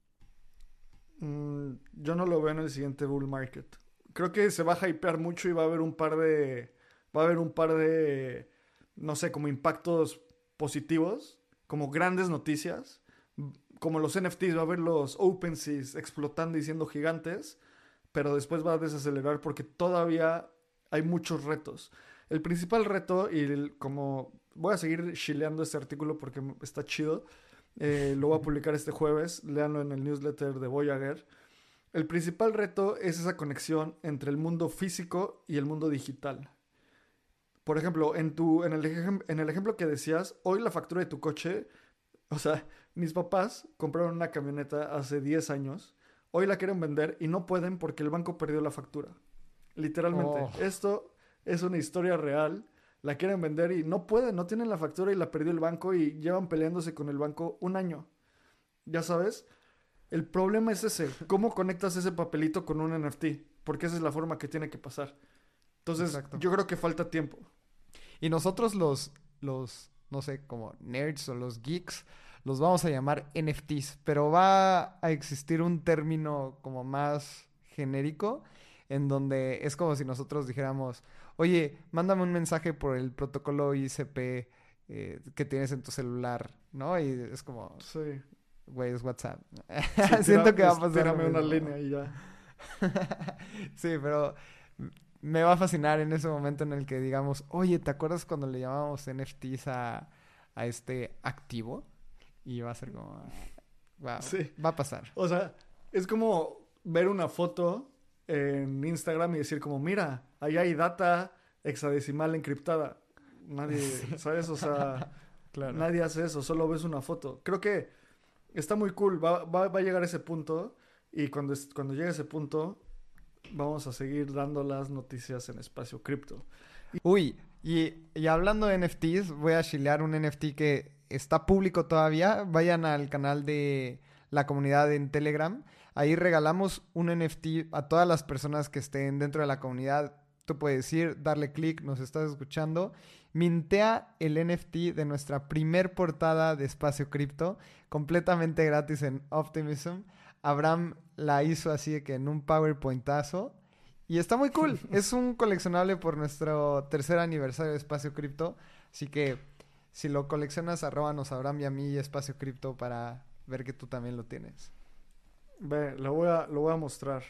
A: Mm, yo no lo veo en el siguiente bull market. Creo que se va a hypear mucho y va a haber un par de, va a haber un par de, no sé, como impactos positivos, como grandes noticias, como los N F Ts, va a haber los OpenSeas explotando y siendo gigantes, pero después va a desacelerar porque todavía hay muchos retos. El principal reto, y el- como voy a seguir chileando este artículo porque está chido, eh, lo voy a publicar este jueves, léanlo en el newsletter de Voyager. El principal reto es esa conexión entre el mundo físico y el mundo digital. Por ejemplo, en, tu, en, el, ejem- en el ejemplo que decías, hoy la factura de tu coche, o sea, mis papás compraron una camioneta hace diez años, hoy la quieren vender y no pueden porque el banco perdió la factura. Literalmente,
B: Oh,
A: esto es una historia real. La quieren vender y no pueden, no tienen la factura y la perdió el banco y llevan peleándose con el banco un año. Ya sabes, el problema es ese. ¿Cómo conectas ese papelito con un N F T? Porque esa es la forma que tiene que pasar. Entonces,
B: exacto.
A: yo creo que falta tiempo.
B: Y nosotros los, los, no sé, como nerds o los geeks, los vamos a llamar N F Ts, pero va a existir un término como más genérico en donde es como si nosotros dijéramos, oye, mándame un mensaje por el protocolo I C P eh, que tienes en tu celular, ¿no? Y es como,
A: Sí.
B: güey, es WhatsApp.
A: Sí,
B: Siento
A: tira,
B: que va a
A: es-
B: pasar lo
A: tírame una
B: mismo.
A: línea y ya.
B: Sí, pero me va a fascinar en ese momento en el que digamos, oye, ¿te acuerdas cuando le llamábamos N F Ts a, a este activo? Y va a ser como, wow,
A: Sí.
B: va a pasar.
A: O sea, es como ver una foto en Instagram y decir como, mira, ahí hay data hexadecimal encriptada. Nadie,
B: Sí.
A: ¿sabes? O sea,
B: Claro.
A: nadie hace eso, solo ves una foto. Creo que está muy cool, va, va, va a llegar a ese punto y cuando, es- cuando llegue a ese punto vamos a seguir dando las noticias en espacio cripto.
B: Uy, y, y hablando de N F Ts, voy a chilear un N F T que está público todavía. Vayan al canal de la comunidad en Telegram. Ahí regalamos un N F T a todas las personas que estén dentro de la comunidad. Tú puedes ir, darle clic, nos estás escuchando. Mintea el N F T de nuestra primer portada de Espacio Cripto, completamente gratis en Optimism. Abraham la hizo así de que en un PowerPointazo. Y está muy cool. Es un coleccionable por nuestro tercer aniversario de Espacio Cripto. Así que si lo coleccionas, arróbanos a Abraham y a mí Espacio Cripto para ver que tú también lo tienes.
A: Ve, lo voy a, lo voy a mostrar.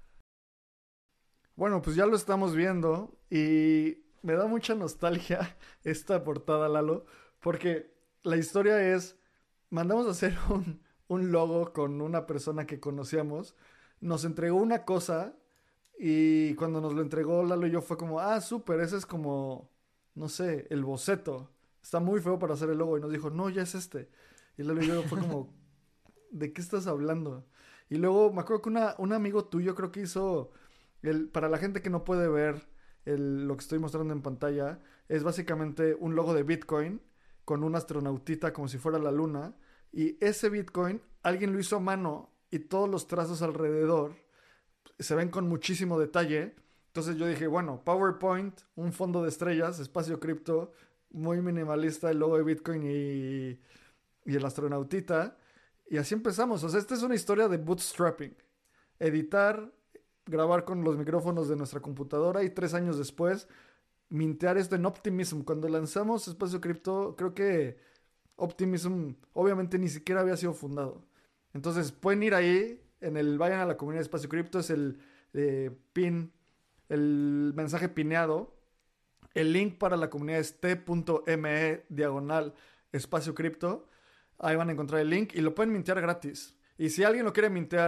A: Bueno, pues ya lo estamos viendo y me da mucha nostalgia esta portada, Lalo, porque la historia es, mandamos a hacer un, un logo con una persona que conocíamos, nos entregó una cosa y cuando nos lo entregó Lalo y yo fue como, ah, súper, ese es como, no sé, el boceto. Está muy feo para hacer el logo y nos dijo, no, ya es este. Y Lalo y yo fue como, ¿de qué estás hablando? Y luego me acuerdo que una, un amigo tuyo creo que hizo, el, para la gente que no puede ver el, lo que estoy mostrando en pantalla, es básicamente un logo de Bitcoin con un astronautita como si fuera la luna. Y ese Bitcoin alguien lo hizo a mano y todos los trazos alrededor se ven con muchísimo detalle. Entonces yo dije, bueno, PowerPoint, un fondo de estrellas, espacio cripto, muy minimalista, el logo de Bitcoin y, y el astronautita. Y así empezamos. O sea, esta es una historia de bootstrapping. Editar, grabar con los micrófonos de nuestra computadora y tres años después mintear esto en Optimism. Cuando lanzamos Espacio Cripto, creo que Optimism obviamente ni siquiera había sido fundado. Entonces pueden ir ahí, en el, vayan a la comunidad de Espacio Cripto, es el eh, pin, el mensaje pineado. El link para la comunidad es t.me diagonal espacio cripto. Ahí van a encontrar el link y lo pueden mintear gratis. Y si alguien lo quiere mintear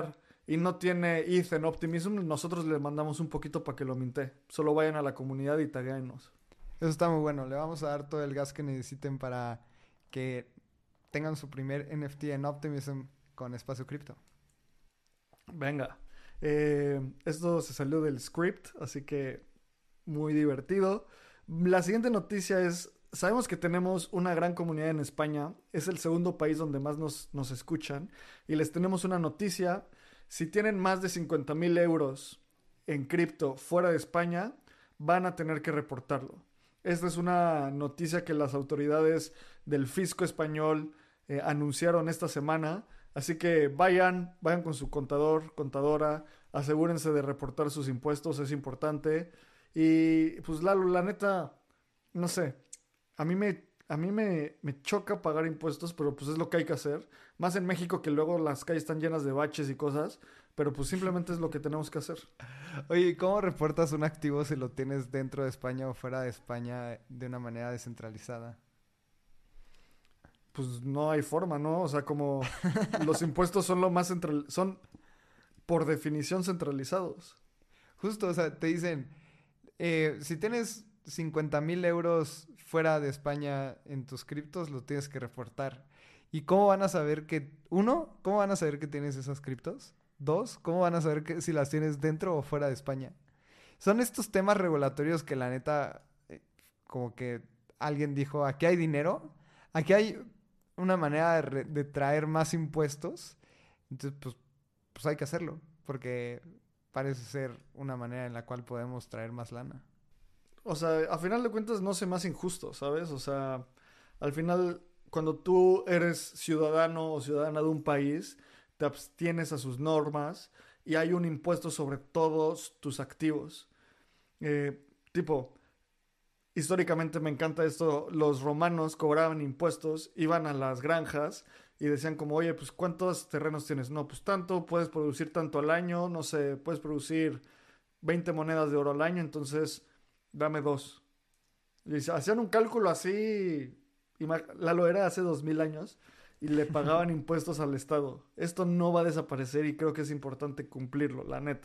A: y no tiene E T H en Optimism, nosotros le mandamos un poquito para que lo minte. Solo vayan a la comunidad y taguéennos.
B: Eso está muy bueno. Le vamos a dar todo el gas que necesiten para que tengan su primer N F T en Optimism con Espacio Cripto.
A: Venga. Eh, esto se salió del script, así que muy divertido. La siguiente noticia es, sabemos que tenemos una gran comunidad en España, es el segundo país donde más nos, nos escuchan, y les tenemos una noticia. Si tienen más de cincuenta mil euros en cripto fuera de España, van a tener que reportarlo. Esta es una noticia que las autoridades del fisco español eh, anunciaron esta semana. Así que vayan, vayan con su contador, contadora, asegúrense de reportar sus impuestos, es importante. Y pues Lalo, la neta, no sé, a mí me, a mí me, me choca pagar impuestos, pero pues es lo que hay que hacer. Más en México, que luego las calles están llenas de baches y cosas, pero pues simplemente es lo que tenemos que hacer.
B: Oye, ¿cómo reportas un activo si lo tienes dentro de España o fuera de España de una manera descentralizada?
A: Pues no hay forma, ¿no? O sea, como los impuestos son lo más central, son por definición centralizados.
B: Justo, o sea, te dicen, eh, si tienes cincuenta mil euros fuera de España en tus criptos, lo tienes que reportar. ¿Y cómo van a saber que, uno, cómo van a saber que tienes esas criptos? Dos, ¿cómo van a saber que, si las tienes dentro o fuera de España? Son estos temas regulatorios que la neta, eh, como que alguien dijo, aquí hay dinero, aquí hay una manera de, re- de traer más impuestos, entonces pues, pues hay que hacerlo, porque parece ser una manera en la cual podemos traer más lana.
A: O sea, a final de cuentas no sé más injusto, ¿sabes? O sea, al final, cuando tú eres ciudadano o ciudadana de un país, te abstienes a sus normas y hay un impuesto sobre todos tus activos. Eh, tipo, históricamente me encanta esto, los romanos cobraban impuestos, iban a las granjas y decían como, oye, pues ¿cuántos terrenos tienes? No, pues tanto, puedes producir tanto al año, no sé, puedes producir veinte monedas de oro al año, entonces dame dos. Y se- hacían un cálculo así, ima- Lalo era hace dos mil años, y le pagaban impuestos al Estado. Esto no va a desaparecer y creo que es importante cumplirlo, la neta.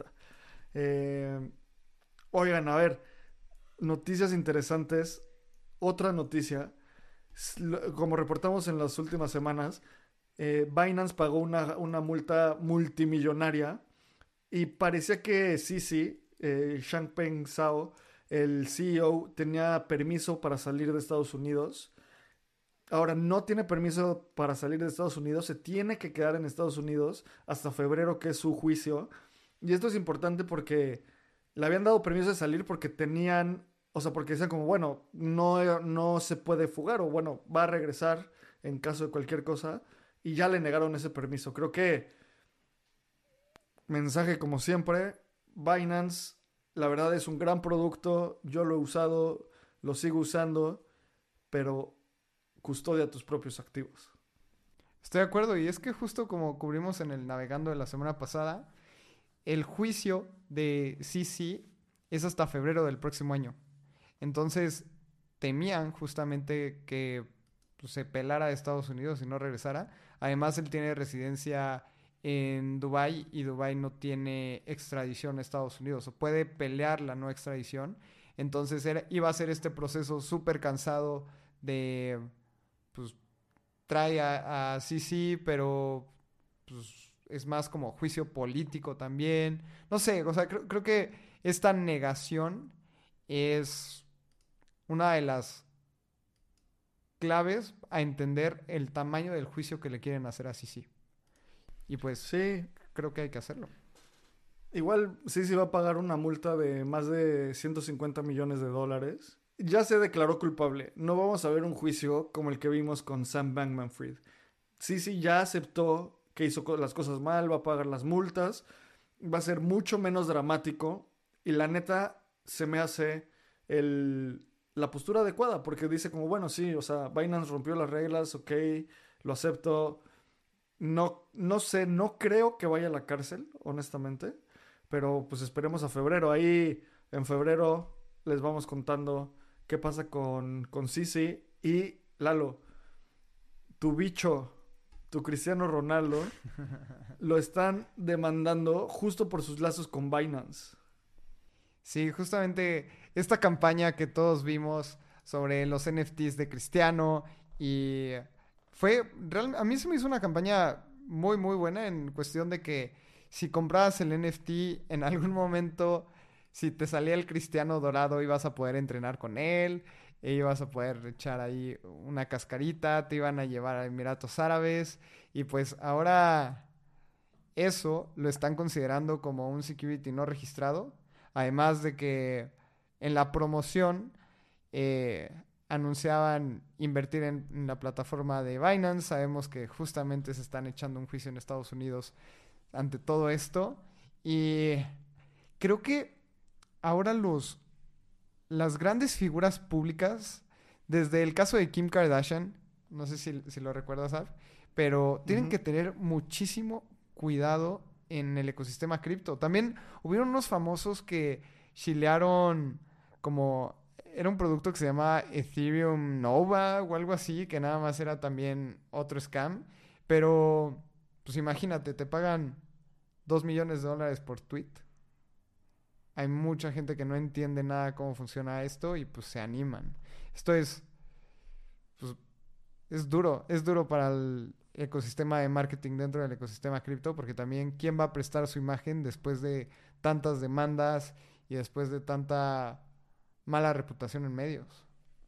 A: Eh, oigan, a ver, noticias interesantes. Otra noticia, s- lo- como reportamos en las últimas semanas, eh, Binance pagó una, una multa multimillonaria y parecía que sí, sí, eh, Changpeng Zhao, el C E O, tenía permiso para salir de Estados Unidos. Ahora no tiene permiso para salir de Estados Unidos, se tiene que quedar en Estados Unidos hasta febrero, que es su juicio. Y esto es importante porque le habían dado permiso de salir porque tenían, o sea, porque decían como, bueno, no, no se puede fugar o bueno, va a regresar en caso de cualquier cosa. Y ya le negaron ese permiso. Creo que mensaje como siempre, Binance, la verdad es un gran producto, yo lo he usado, lo sigo usando, pero custodia tus propios activos.
B: Estoy de acuerdo, y es que justo como cubrimos en el Navegando de la semana pasada, el juicio de C C es hasta febrero del próximo año. Entonces, temían justamente que pues, se pelara de Estados Unidos y no regresara. Además, él tiene residencia en Dubái y Dubái no tiene extradición a Estados Unidos o puede pelear la no extradición. Entonces, era, iba a ser este proceso súper cansado de, pues, trae a, a Sisi, pero pues, es más como juicio político también. No sé, o sea, creo, creo que esta negación es una de las claves a entender el tamaño del juicio que le quieren hacer a Sisi. Y pues
A: Sí,
B: creo que hay que hacerlo.
A: igual sí se va a pagar una multa de más de ciento cincuenta millones de dólares. Ya se declaró culpable. No vamos a ver un juicio como el que vimos con Sam Bankman-Fried. Sí, sí, ya aceptó que hizo co- las cosas mal, va a pagar las multas, va a ser mucho menos dramático y la neta se me hace el, la postura adecuada porque dice como, bueno, sí, o sea, Binance rompió las reglas, ok, lo acepto. No, no sé, no creo que vaya a la cárcel, honestamente, pero pues esperemos a febrero. Ahí en febrero les vamos contando qué pasa con, con Sisi y Lalo, tu bicho tu Cristiano Ronaldo, lo están demandando justo por sus lazos con Binance.
B: Sí, justamente esta campaña que todos vimos sobre los N F Ts de Cristiano y fue, real, a mí se me hizo una campaña muy muy buena en cuestión de que si comprabas el N F T en algún momento, si te salía el Cristiano dorado ibas a poder entrenar con él, e ibas a poder echar ahí una cascarita, te iban a llevar a Emiratos Árabes y pues ahora eso lo están considerando como un security no registrado. Además de que en la promoción eh, anunciaban invertir en, en la plataforma de Binance. Sabemos que justamente se están echando un juicio en Estados Unidos ante todo esto. Y creo que ahora los, las grandes figuras públicas, desde el caso de Kim Kardashian, no sé si, si lo recuerdas, Af, pero tienen uh-huh. que tener muchísimo cuidado en el ecosistema cripto. También hubieron unos famosos que chilearon como... Era un producto que se llama Ethereum Nova o algo así, que nada más era también otro scam. Pero, pues imagínate, te pagan dos millones de dólares por tweet. Hay mucha gente que no entiende nada cómo funciona esto y pues se animan. Esto es... Pues, es duro, es duro para el ecosistema de marketing dentro del ecosistema cripto, porque también quién va a prestar su imagen después de tantas demandas y después de tanta mala reputación en medios.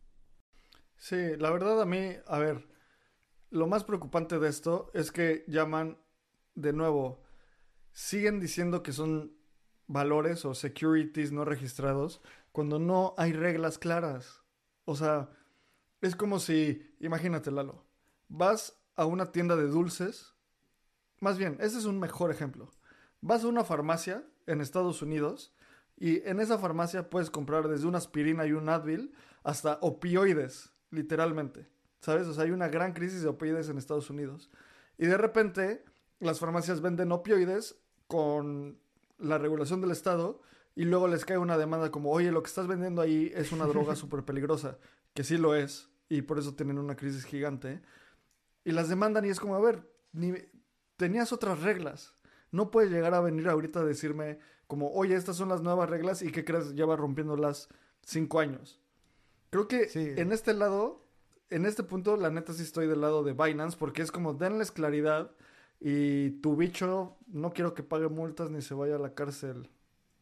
A: Sí, la verdad a mí, a ver, lo más preocupante de esto es que llaman, de nuevo, siguen diciendo que son valores o securities no registrados cuando no hay reglas claras. O sea, es como si, imagínate, Lalo, vas a una tienda de dulces. Más bien, ese es un mejor ejemplo. Vas a una farmacia en Estados Unidos y en esa farmacia puedes comprar desde una aspirina y un Advil hasta opioides, literalmente. ¿Sabes? O sea, hay una gran crisis de opioides en Estados Unidos. Y de repente, las farmacias venden opioides con la regulación del Estado y luego les cae una demanda como, oye, lo que estás vendiendo ahí es una droga súper peligrosa. Que sí lo es, y por eso tienen una crisis gigante. Y las demandan y es como, a ver, ni, tenías otras reglas. No puedes llegar a venir ahorita a decirme como, oye, estas son las nuevas reglas y ¿qué crees? Lleva rompiéndolas cinco años. Creo que sí. En este lado, en este punto, la neta sí estoy del lado de Binance porque es como, denles claridad y tu bicho no quiero que pague multas ni se vaya a la cárcel.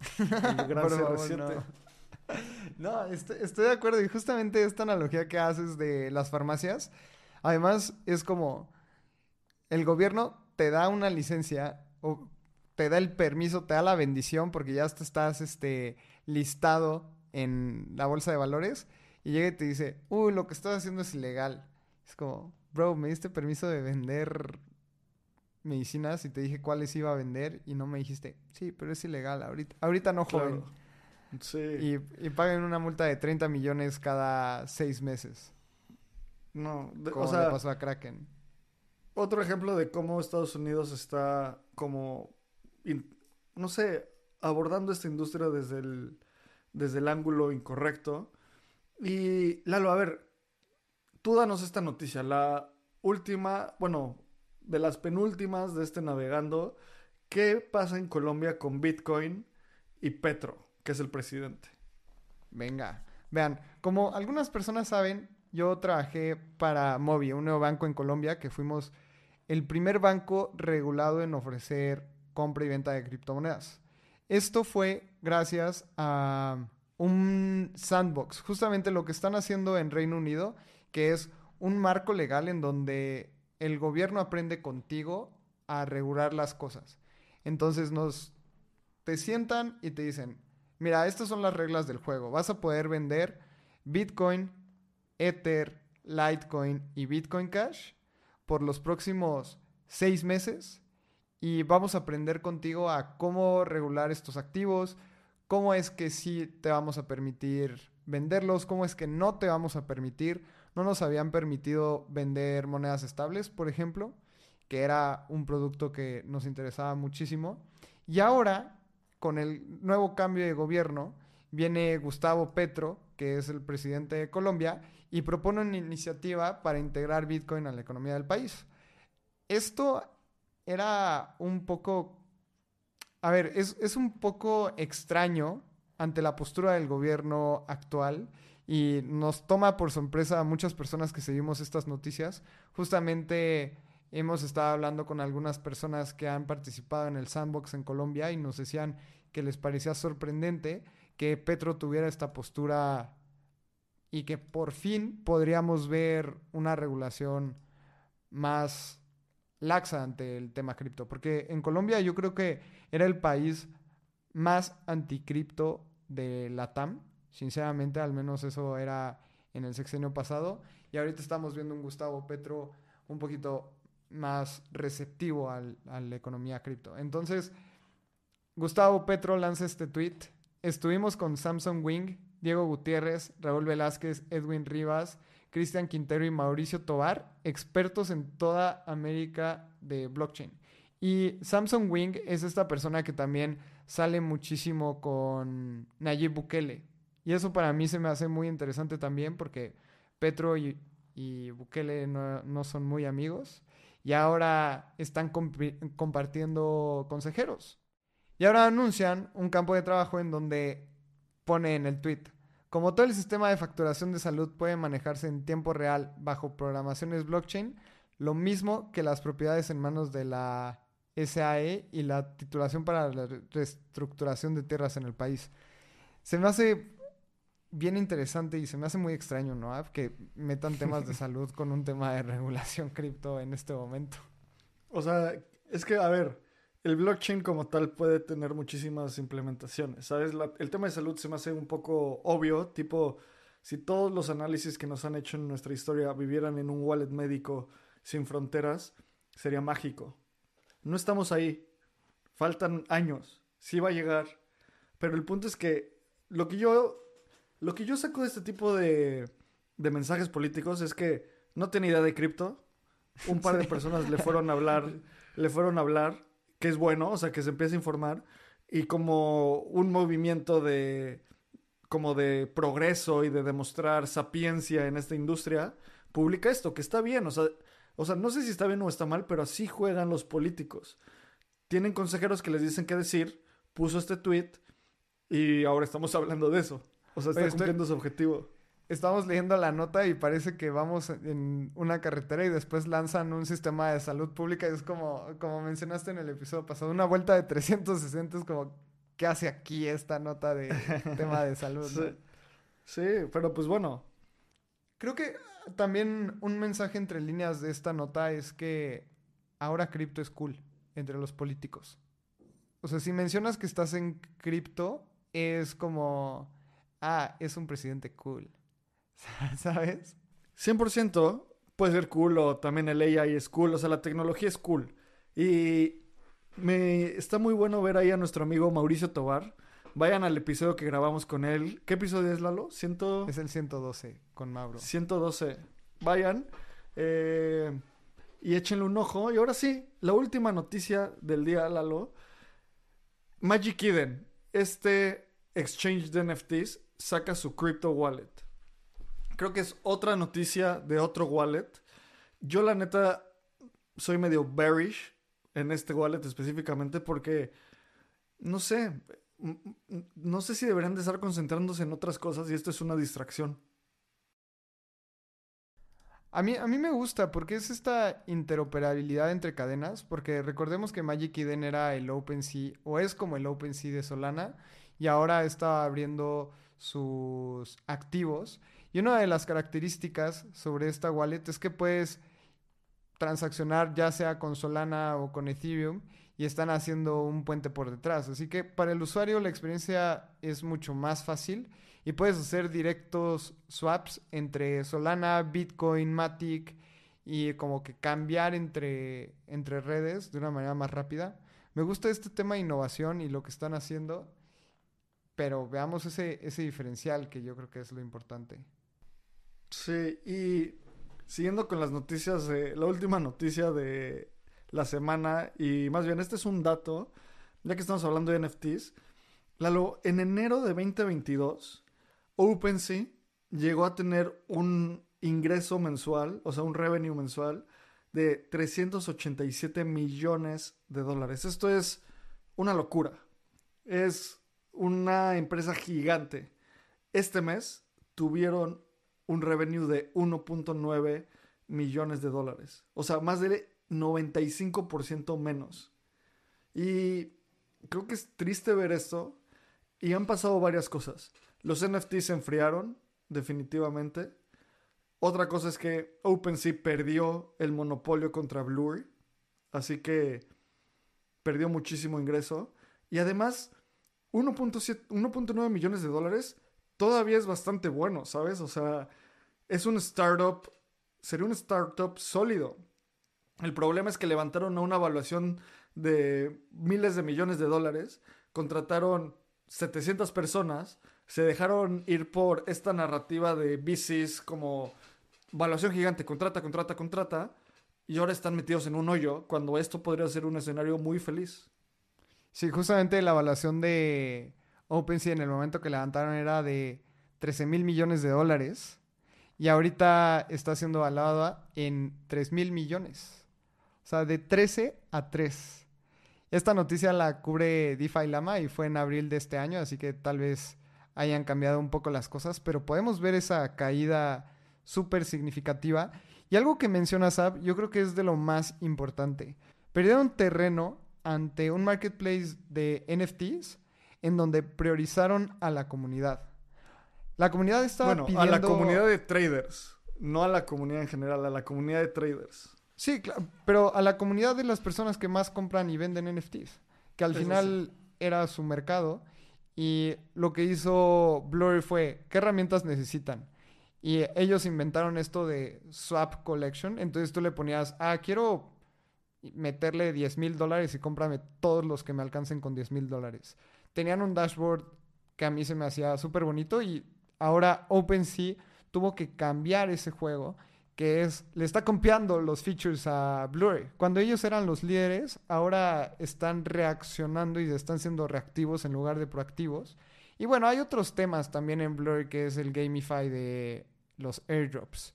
A: El gran C R siete.
B: No. No, estoy, estoy de acuerdo. Y justamente esta analogía que haces de las farmacias, además es como el gobierno te da una licencia o te da el permiso, te da la bendición porque ya te estás este, listado en la bolsa de valores y llega y te dice, uy, lo que estás haciendo es ilegal. Es como, bro, me diste permiso de vender medicinas y te dije cuáles iba a vender y no me dijiste, sí, pero es ilegal, ahorita, ahorita no, joven.
A: Claro. Sí.
B: Y, y paguen una multa de treinta millones cada seis meses.
A: No, de,
B: como
A: o sea,
B: le pasó a Kraken.
A: Otro ejemplo de cómo Estados Unidos está como, in, no sé, abordando esta industria desde el, desde el ángulo incorrecto. Y Lalo, a ver, tú danos esta noticia, la última, bueno, de las penúltimas de este navegando. ¿Qué pasa en Colombia con Bitcoin y Petro, que es el presidente?
B: Venga, vean, como algunas personas saben, yo trabajé para Mobi, un nuevo banco en Colombia, que fuimos el primer banco regulado en ofrecer compra y venta de criptomonedas. Esto fue gracias a un sandbox, justamente lo que están haciendo en Reino Unido, que es un marco legal en donde el gobierno aprende contigo a regular las cosas. Entonces nos te sientan y te dicen, mira, estas son las reglas del juego. Vas a poder vender Bitcoin, Ether, Litecoin y Bitcoin Cash por los próximos seis meses y vamos a aprender contigo a cómo regular estos activos, cómo es que sí te vamos a permitir venderlos, cómo es que no te vamos a permitir. No nos habían permitido vender monedas estables, por ejemplo, que era un producto que nos interesaba muchísimo. Y ahora, con el nuevo cambio de gobierno, viene Gustavo Petro, que es el presidente de Colombia, y propone una iniciativa para integrar Bitcoin a la economía del país. esto era un poco... A ver, es, es un poco extraño ante la postura del gobierno actual y nos toma por sorpresa a muchas personas que seguimos estas noticias. Justamente hemos estado hablando con algunas personas que han participado en el Sandbox en Colombia y nos decían que les parecía sorprendente que Petro tuviera esta postura y que por fin podríamos ver una regulación más laxa ante el tema cripto. Porque en Colombia yo creo que era el país más anticripto de la T A M. Sinceramente, al menos eso era en el sexenio pasado. Y ahorita estamos viendo un Gustavo Petro un poquito más receptivo al, a la economía cripto. Entonces, Gustavo Petro lanza este tweet. Estuvimos con Samsung Wing, Diego Gutiérrez, Raúl Velázquez, Edwin Rivas, Cristian Quintero y Mauricio Tobar, expertos en toda América de blockchain. Y Samsung Wing es esta persona que también sale muchísimo con Nayib Bukele. Y eso para mí se me hace muy interesante también porque Petro y, y Bukele no, no son muy amigos. Y ahora están comp- compartiendo consejeros. Y ahora anuncian un campo de trabajo en donde pone en el tweet: como todo el sistema de facturación de salud puede manejarse en tiempo real bajo programaciones blockchain, lo mismo que las propiedades en manos de la S A E y la titulación para la reestructuración de tierras en el país. Se me hace bien interesante y se me hace muy extraño, ¿no? Que metan temas de salud con un tema de regulación cripto en este momento.
A: O sea, es que, a ver, el blockchain como tal puede tener muchísimas implementaciones, ¿sabes? La- el tema de salud se me hace un poco obvio, tipo, si todos los análisis que nos han hecho en nuestra historia vivieran en un wallet médico sin fronteras, sería mágico. No estamos ahí, faltan años, sí va a llegar, pero el punto es que lo que yo, lo que yo saco de este tipo de, de mensajes políticos es que no tiene idea de cripto, un par de
B: Sí.
A: personas le fueron a hablar, le fueron a hablar, que es bueno, o sea, que se empiece a informar, y como un movimiento de, como de progreso y de demostrar sapiencia en esta industria, publica esto, que está bien, o sea, o sea, no sé si está bien o está mal, pero así juegan los políticos. Tienen consejeros que les dicen qué decir, puso este tweet y ahora estamos hablando de eso. O sea,
B: Oye,
A: está
B: estoy,
A: cumpliendo su objetivo.
B: estamos leyendo la nota y parece que vamos en una carretera y después lanzan un sistema de salud pública. Y es como, como mencionaste en el episodio pasado, una vuelta de trescientos sesenta es como, ¿qué hace aquí esta nota de tema de salud,
A: Sí,
B: no?
A: sí, pero pues bueno,
B: Creo que también un mensaje entre líneas de esta nota es que ahora cripto es cool entre los políticos. O sea, si mencionas que estás en cripto, es como, ah, es un presidente cool, ¿sabes?
A: cien por ciento puede ser cool o también el A I es cool, o sea, la tecnología es cool. Y me está muy bueno ver ahí a nuestro amigo Mauricio Tobar. Vayan al episodio que grabamos con él. ¿Qué episodio es, Lalo? cien,
B: Es el ciento doce con Mauro.
A: ciento doce. Vayan eh, y échenle un ojo. Y ahora sí, la última noticia del día, Lalo. Magic Eden, este exchange de N F Ts, saca su crypto wallet. Creo que es otra noticia de otro wallet. Yo la neta soy medio bearish en este wallet específicamente porque no sé, m- m- no sé si deberían de estar concentrándose en otras cosas y esto es una distracción.
B: A mí, a mí me gusta porque es esta interoperabilidad entre cadenas, porque recordemos que Magic Eden era el OpenSea, o es como el OpenSea de Solana, y ahora está abriendo sus activos. Y una de las características sobre esta wallet es que puedes transaccionar ya sea con Solana o con Ethereum y están haciendo un puente por detrás. Así que para el usuario la experiencia es mucho más fácil y puedes hacer directos swaps entre Solana, Bitcoin, Matic y como que cambiar entre, entre redes de una manera más rápida. Me gusta este tema de innovación y lo que están haciendo, pero veamos ese, ese diferencial que yo creo que es lo importante.
A: Sí, y siguiendo con las noticias, de, la última noticia de la semana, y más bien este es un dato, ya que estamos hablando de N F Ts, Lalo, en enero de dos mil veintidós, OpenSea llegó a tener un ingreso mensual, o sea, un revenue mensual de trescientos ochenta y siete millones de dólares. Esto es una locura. Es una empresa gigante. Este mes tuvieron un revenue de uno punto nueve millones de dólares. O sea, más de noventa y cinco por ciento menos. Y creo que es triste ver esto. Y han pasado varias cosas. Los N F Ts se enfriaron, definitivamente. Otra cosa es que OpenSea perdió el monopolio contra Blur. Así que perdió muchísimo ingreso. Y además, uno punto nueve millones de dólares todavía es bastante bueno, ¿sabes? O sea, es un startup, sería un startup sólido. El problema es que levantaron a una evaluación de miles de millones de dólares, contrataron setecientas personas, se dejaron ir por esta narrativa de V Cs como valuación gigante, contrata, contrata, contrata, y ahora están metidos en un hoyo cuando esto podría ser un escenario muy feliz.
B: Sí, justamente la evaluación de OpenSea en el momento que levantaron era de trece mil millones de dólares y ahorita está siendo evaluada en tres mil millones. O sea, de trece a tres. Esta noticia la cubre DeFi Lama y fue en abril de este año, así que tal vez hayan cambiado un poco las cosas, pero podemos ver esa caída súper significativa. Y algo que menciona Sab, yo creo que es de lo más importante. Perdieron terreno ante un marketplace de N F Ts en donde priorizaron a la comunidad. La comunidad estaba
A: bueno,
B: pidiendo...
A: a la comunidad de traders, no a la comunidad en general, a la comunidad de traders.
B: Sí, claro, pero a la comunidad de las personas que más compran y venden N F Ts, que al
A: Eso
B: final
A: sí.
B: era su mercado. Y lo que hizo Blur fue, ¿qué herramientas necesitan? Y ellos inventaron esto de Swap Collection. Entonces tú le ponías, ah, quiero meterle diez mil dólares y cómprame todos los que me alcancen con diez mil dólares. Tenían un dashboard que a mí se me hacía súper bonito y ahora OpenSea tuvo que cambiar ese juego, que es, le está copiando los features a Blur. Cuando ellos eran los líderes, ahora están reaccionando y están siendo reactivos en lugar de proactivos. Y bueno, hay otros temas también en Blur, que es el gamify de los airdrops.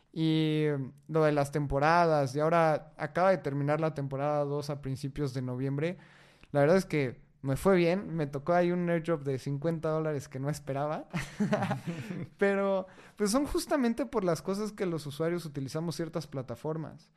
B: Y lo de las temporadas, y ahora acaba de terminar la temporada dos a principios de noviembre. La verdad es que me fue bien, me tocó ahí un airdrop de cincuenta dólares que no esperaba. Pero pues son justamente por las cosas que los usuarios utilizamos ciertas plataformas.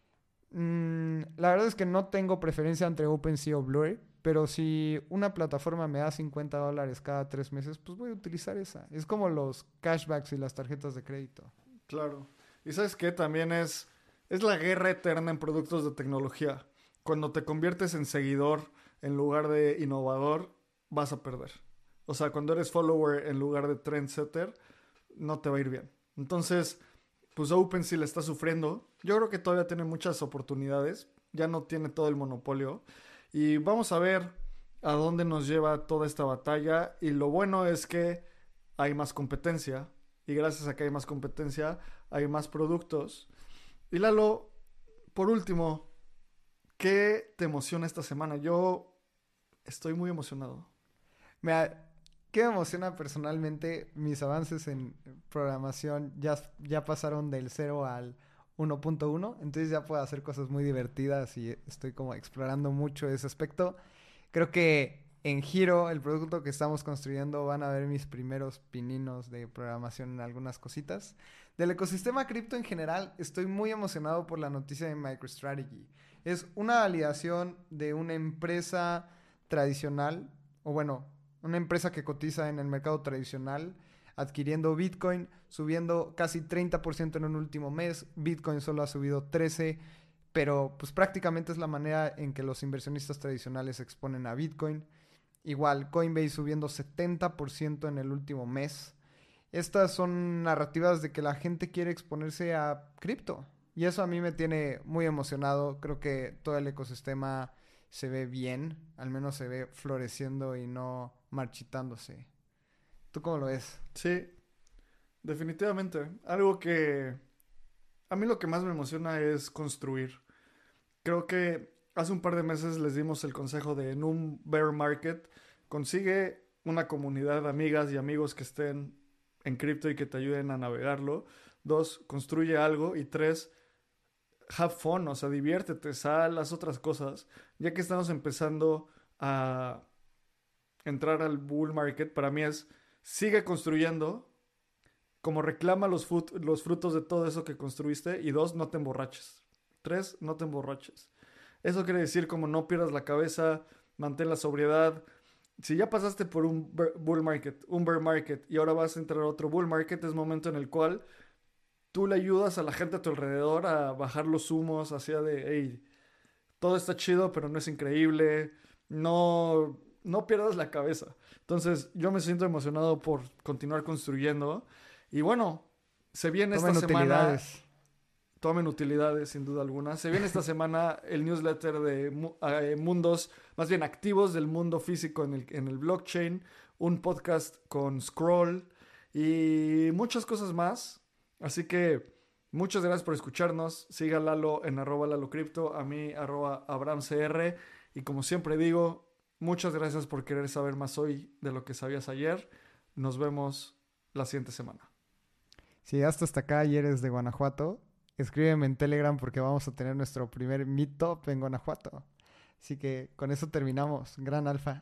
B: Mm, la verdad es que no tengo preferencia entre OpenSea o Blur, pero si una plataforma me da cincuenta dólares cada tres meses, pues voy a utilizar esa. Es como los cashbacks y las tarjetas de crédito.
A: Claro. Y ¿sabes qué? También es, es la guerra eterna en productos de tecnología. Cuando te conviertes en seguidor en lugar de innovador, vas a perder. O sea, cuando eres follower en lugar de trendsetter, no te va a ir bien. Entonces, pues OpenSea le está sufriendo. Yo creo que todavía tiene muchas oportunidades. Ya no tiene todo el monopolio. Y vamos a ver a dónde nos lleva toda esta batalla. Y lo bueno es que hay más competencia. Y gracias a que hay más competencia, hay más productos. Y Lalo, por último, ¿qué te emociona esta semana? Yo estoy muy emocionado.
B: Me, ¿Qué me emociona personalmente? Mis avances en programación ya, ya pasaron del cero al uno punto uno. Entonces ya puedo hacer cosas muy divertidas y estoy como explorando mucho ese aspecto. Creo que en Hiro, el producto que estamos construyendo, van a ver mis primeros pininos de programación en algunas cositas. Del ecosistema cripto en general, estoy muy emocionado por la noticia de MicroStrategy. Es una validación de una empresa tradicional, o bueno, una empresa que cotiza en el mercado tradicional, adquiriendo Bitcoin, subiendo casi treinta por ciento en un último mes. Bitcoin solo ha subido trece por ciento, pero pues prácticamente es la manera en que los inversionistas tradicionales se exponen a Bitcoin. Igual, Coinbase subiendo setenta por ciento en el último mes. Estas son narrativas de que la gente quiere exponerse a cripto. Y eso a mí me tiene muy emocionado. Creo que todo el ecosistema se ve bien. Al menos se ve floreciendo y no marchitándose. ¿Tú cómo lo ves?
A: Sí, definitivamente. Algo que a mí lo que más me emociona es construir. Creo que hace un par de meses les dimos el consejo de en un bear market, consigue una comunidad de amigas y amigos que estén en cripto y que te ayuden a navegarlo. Dos, construye algo. Y tres, have fun, o sea, diviértete, sal, haz otras cosas. Ya que estamos empezando a entrar al bull market, para mí es, sigue construyendo, como reclama los, fut- los frutos de todo eso que construiste, y dos, no te emborraches. Tres, no te emborraches. Eso quiere decir como no pierdas la cabeza, mantén la sobriedad. Si ya pasaste por un bull market, un bear market, y ahora vas a entrar a otro bull market, es momento en el cual tú le ayudas a la gente a tu alrededor a bajar los humos hacia de, hey, todo está chido, pero no es increíble. No, no pierdas la cabeza. Entonces, yo me siento emocionado por continuar construyendo. Y bueno, se viene
B: Tomen
A: esta semana...
B: utilidades.
A: Tomen utilidades, sin duda alguna. Se viene esta semana el newsletter de mu- eh, mundos, más bien activos del mundo físico en el, en el blockchain. Un podcast con Scroll y muchas cosas más. Así que muchas gracias por escucharnos. Siga a Lalo en arroba Lalo Cripto, a mí arroba AbramCR. Y como siempre digo, muchas gracias por querer saber más hoy de lo que sabías ayer. Nos vemos la siguiente semana.
B: Si llegaste hasta acá y eres de Guanajuato, escríbeme en Telegram porque vamos a tener nuestro primer meetup en Guanajuato. Así que con eso terminamos. Gran alfa.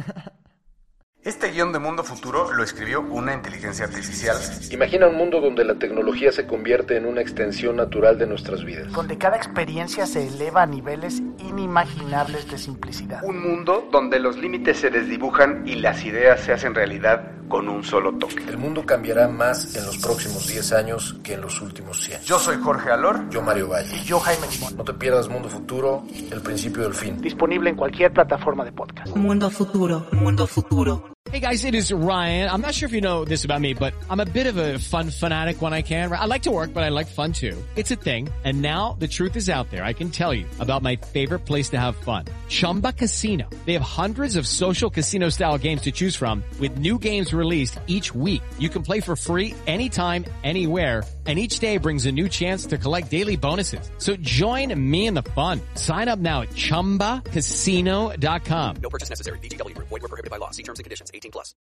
C: Este guión de Mundo Futuro lo escribió una inteligencia artificial.
D: Imagina un mundo donde la tecnología se convierte en una extensión natural de nuestras vidas.
E: Donde cada experiencia se eleva a niveles inimaginables de simplicidad.
C: Un mundo donde los límites se desdibujan y las ideas se hacen realidad con un solo toque.
D: El mundo cambiará más en los próximos diez años que en los últimos cien.
C: Yo soy Jorge Alor.
D: Yo Mario Valle.
E: Y yo Jaime Limón.
D: No te pierdas Mundo Futuro, el principio del fin.
E: Disponible en cualquier plataforma de podcast.
F: Mundo Futuro, Mundo Futuro.
G: Hey guys, it is Ryan. I'm not sure if you know this about me, but I'm a bit of a fun fanatic when I can. I like to work, but I like fun too. It's a thing. And now the truth is out there. I can tell you about my favorite place to have fun. Chumba Casino. They have hundreds of social casino style games to choose from with new games released each week. You can play for free anytime, anywhere. And each day brings a new chance to collect daily bonuses. So join me in the fun. Sign up now at chumba casino dot com.
H: No purchase necessary. V G W Group. Void where prohibited by law. See terms and conditions. eighteen plus.